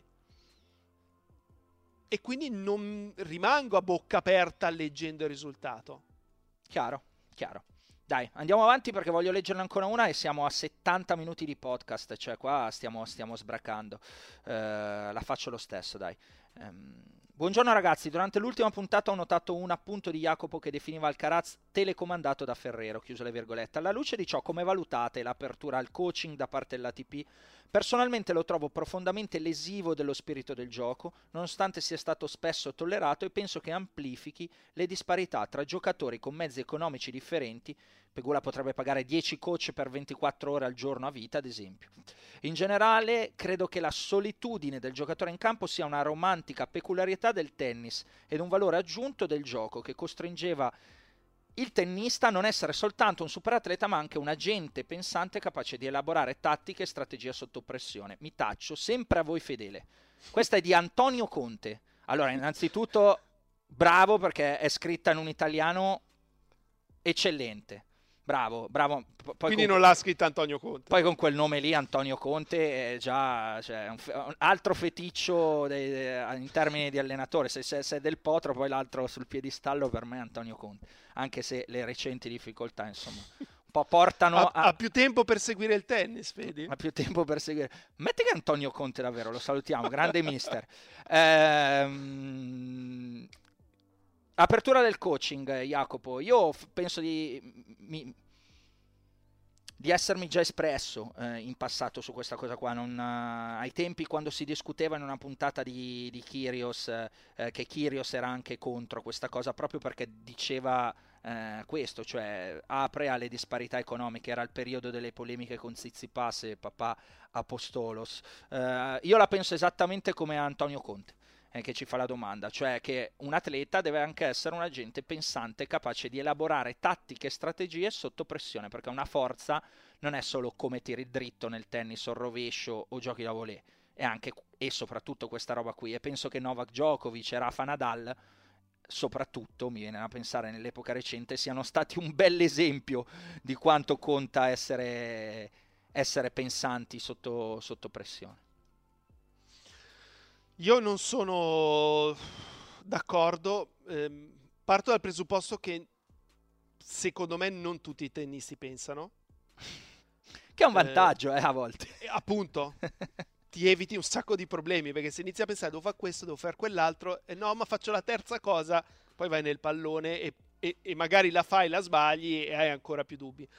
E quindi non rimango a bocca aperta leggendo il risultato. Chiaro. Dai, andiamo avanti perché voglio leggerne ancora una e siamo a 70 minuti di podcast, cioè qua stiamo sbracando. La faccio lo stesso, dai. Buongiorno ragazzi, durante l'ultima puntata ho notato un appunto di Jacopo che definiva Alcaraz telecomandato da Ferrero, chiuso le virgolette. Alla luce di ciò, come valutate l'apertura al coaching da parte dell'ATP? Personalmente lo trovo profondamente lesivo dello spirito del gioco, nonostante sia stato spesso tollerato, e penso che amplifichi le disparità tra giocatori con mezzi economici differenti. Pegula potrebbe pagare 10 coach per 24 ore al giorno a vita, ad esempio. In generale, credo che la solitudine del giocatore in campo sia una romantica peculiarità del tennis ed un valore aggiunto del gioco che costringeva il tennista non essere soltanto un superatleta ma anche un agente pensante capace di elaborare tattiche e strategie sotto pressione. Mi taccio, sempre a voi fedele. Questa è di Antonio Conte. Allora, innanzitutto, bravo perché è scritta in un italiano eccellente. Bravo. Quindi non l'ha scritta Antonio Conte. Poi con quel nome lì, Antonio Conte, è già un altro feticcio in termini di allenatore. Se è del Potro, poi l'altro sul piedistallo per me è Antonio Conte. Anche se le recenti difficoltà, insomma, un po' portano ha più tempo per seguire il tennis, vedi? Ha più tempo per seguire. Metti che Antonio Conte davvero, lo salutiamo, grande mister. Apertura del coaching, Jacopo. Io penso di essermi già espresso in passato su questa cosa qua. Ai tempi, quando si discuteva in una puntata di Kyrgios, che Kyrgios era anche contro questa cosa, proprio perché diceva questo, cioè apre alle disparità economiche. Era il periodo delle polemiche con Tsitsipas e papà Apostolos. Io la penso esattamente come Antonio Conte, che ci fa la domanda, cioè che un atleta deve anche essere un agente pensante capace di elaborare tattiche e strategie sotto pressione, perché una forza non è solo come tiri dritto nel tennis o il rovescio o giochi da volée, è anche e soprattutto questa roba qui. E penso che Novak Djokovic e Rafa Nadal, soprattutto mi viene a pensare nell'epoca recente, siano stati un bel esempio di quanto conta essere pensanti sotto pressione. Io non sono d'accordo, parto dal presupposto che secondo me non tutti i tennisti pensano. Che è un vantaggio, a volte. Appunto, ti eviti un sacco di problemi, perché se inizi a pensare devo fare questo, devo fare quell'altro, e no, ma faccio la terza cosa, poi vai nel pallone e magari la fai, la sbagli e hai ancora più dubbi.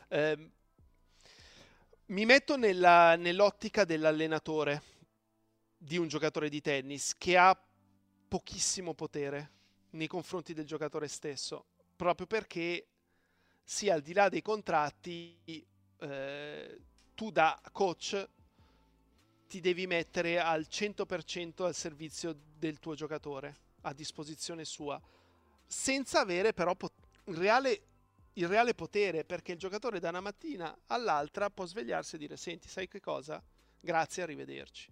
Mi metto nell'ottica dell'allenatore di un giocatore di tennis che ha pochissimo potere nei confronti del giocatore stesso, proprio perché sì, al di là dei contratti, tu da coach ti devi mettere al 100% al servizio del tuo giocatore, a disposizione sua, senza avere però il reale potere, perché il giocatore da una mattina all'altra può svegliarsi e dire: senti, sai che cosa? Grazie, arrivederci.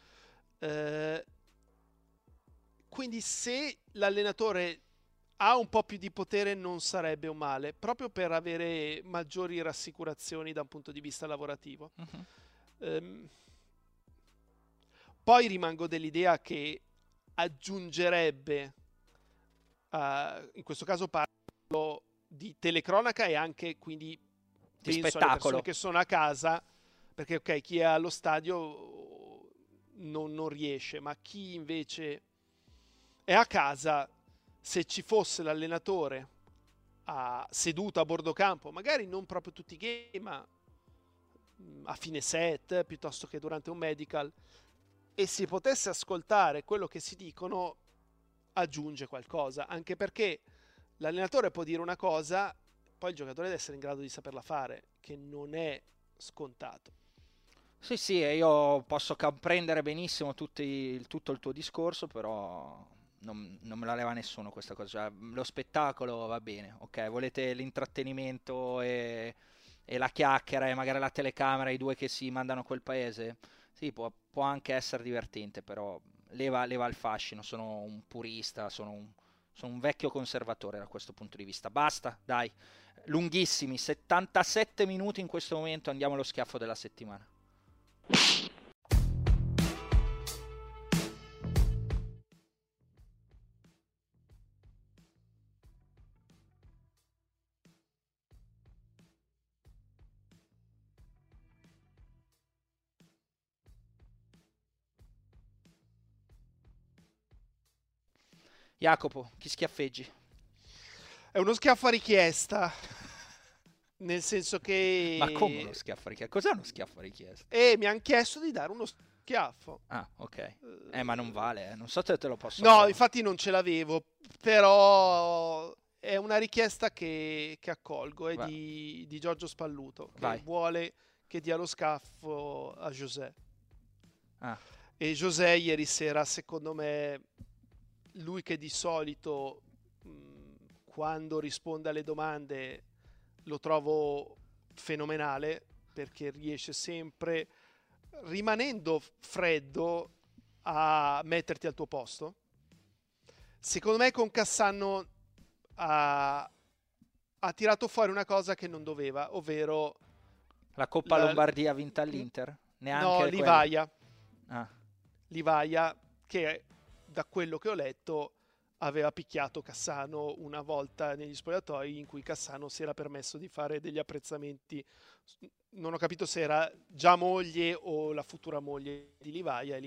Quindi se l'allenatore ha un po' più di potere non sarebbe un male, proprio per avere maggiori rassicurazioni da un punto di vista lavorativo. Poi rimango dell'idea che aggiungerebbe, in questo caso parlo di telecronaca e anche quindi di penso spettacolo, alle persone che sono a casa, perché ok, chi è allo stadio non riesce, ma chi invece è a casa, se ci fosse l'allenatore seduto a bordo campo, magari non proprio tutti i game, ma a fine set piuttosto che durante un medical, e si potesse ascoltare quello che si dicono, aggiunge qualcosa, anche perché l'allenatore può dire una cosa, poi il giocatore deve essere in grado di saperla fare, che non è scontato. Sì, io posso comprendere benissimo tutto il tuo discorso, però non me la leva nessuno questa cosa. Cioè, lo spettacolo va bene, ok? Volete l'intrattenimento e la chiacchiera e magari la telecamera, i due che si mandano a quel paese? Sì, può anche essere divertente, però leva il fascino. Sono un purista, sono un vecchio conservatore da questo punto di vista. Basta, dai, lunghissimi, 77 minuti in questo momento, andiamo allo schiaffo della settimana. Jacopo, chi schiaffeggi? È uno schiaffo a richiesta, nel senso che... Ma come uno schiaffo a richiesta? Cos'è uno schiaffo a richiesta? Mi hanno chiesto di dare uno schiaffo. Ah, ok. Ma non vale, non so se te lo posso No, fare. infatti non ce l'avevo, però è una richiesta che accolgo, è di Giorgio Spalluto, che vuole che dia lo schiaffo a José. E José ieri sera, secondo me, lui che di solito quando risponde alle domande lo trovo fenomenale, perché riesce sempre, rimanendo freddo, a metterti al tuo posto. Secondo me con Cassano ha tirato fuori una cosa che non doveva, ovvero la Coppa Lombardia vinta all'Inter? No, Livaja. Livaja, che da quello che ho letto aveva picchiato Cassano una volta negli spogliatoi, in cui Cassano si era permesso di fare degli apprezzamenti. Non ho capito se era già moglie o la futura moglie di Livaja,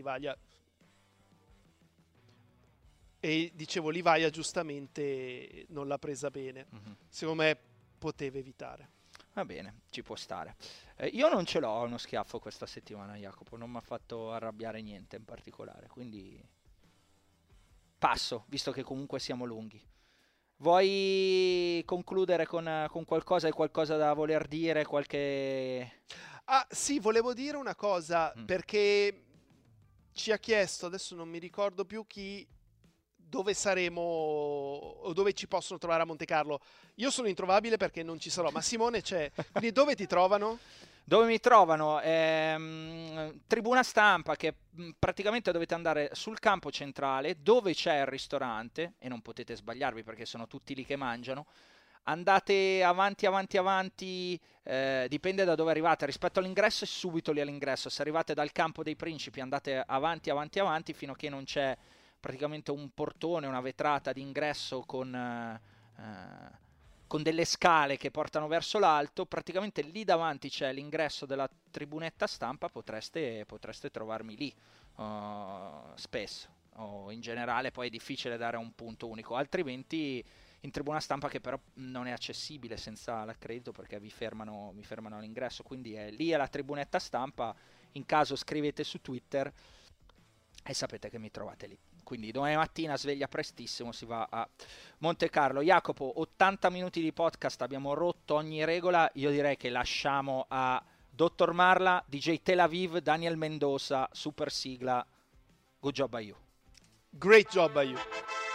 e dicevo, Livaja giustamente non l'ha presa bene. Secondo me poteva evitare. Va bene, ci può stare. Io non ce l'ho uno schiaffo questa settimana, Jacopo, non mi ha fatto arrabbiare niente in particolare, quindi passo, visto che comunque siamo lunghi. Vuoi concludere con qualcosa? Hai qualcosa da voler dire? Qualche... Sì, volevo dire una cosa, perché ci ha chiesto, adesso non mi ricordo più chi, dove saremo o dove ci possono trovare a Monte Carlo. Io sono introvabile perché non ci sarò, ma Simone c'è, quindi dove ti trovano? Dove mi trovano? Tribuna Stampa, che praticamente dovete andare sul campo centrale dove c'è il ristorante, e non potete sbagliarvi perché sono tutti lì che mangiano. Andate avanti, dipende da dove arrivate. Rispetto all'ingresso è subito lì all'ingresso. Se arrivate dal Campo dei Principi andate avanti fino a che non c'è praticamente un portone, una vetrata d'ingresso con delle scale che portano verso l'alto. Praticamente lì davanti c'è l'ingresso della tribunetta stampa, potreste trovarmi lì spesso, o in generale poi è difficile dare un punto unico, altrimenti in tribuna stampa, che però non è accessibile senza l'accredito perché vi fermano all'ingresso, quindi lì è la tribunetta stampa. In caso scrivete su Twitter e sapete che mi trovate lì. Quindi domani mattina sveglia prestissimo, si va a Monte Carlo. Jacopo, 80 minuti di podcast, abbiamo rotto ogni regola. Io direi che lasciamo a Dottor Marla, DJ Tel Aviv, Daniel Mendoza, super sigla. Good job by you. Great job by you.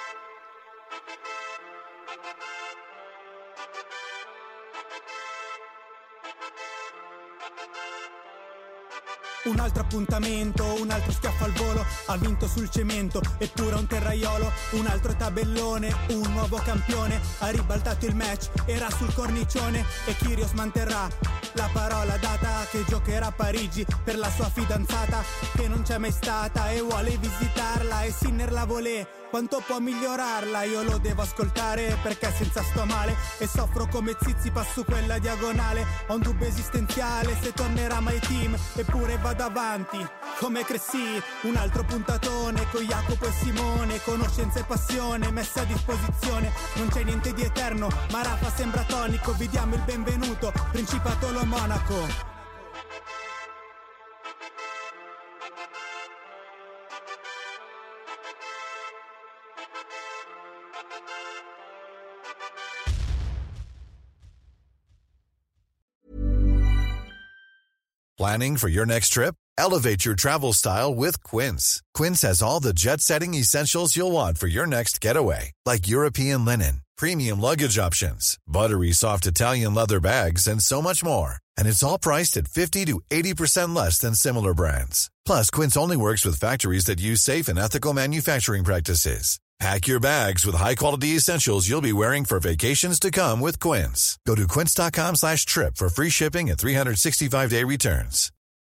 Un altro appuntamento, un altro schiaffo al volo, ha vinto sul cemento, eppure un terraiolo, un altro tabellone, un nuovo campione, ha ribaltato il match, era sul cornicione e Kyrgios manterrà la parola data che giocherà a Parigi per la sua fidanzata che non c'è mai stata e vuole visitarla, e Sinner la volè. Quanto può migliorarla? Io lo devo ascoltare perché senza sto male e soffro come Tsitsipas su quella diagonale. Ho un dubbio esistenziale se tornerà mai team, eppure vado avanti come Cressy. Un altro puntatone con Jacopo e Simone, conoscenza e passione messa a disposizione. Non c'è niente di eterno, ma Rafa sembra tonico. Vi diamo il benvenuto, Principato lo Monaco. Planning for your next trip? Elevate your travel style with Quince. Quince has all the jet-setting essentials you'll want for your next getaway, like European linen, premium luggage options, buttery soft Italian leather bags, and so much more. And it's all priced at 50 to 80% less than similar brands. Plus, Quince only works with factories that use safe and ethical manufacturing practices. Pack your bags with high-quality essentials you'll be wearing for vacations to come with Quince. Go to quince.com/trip for free shipping and 365-day returns.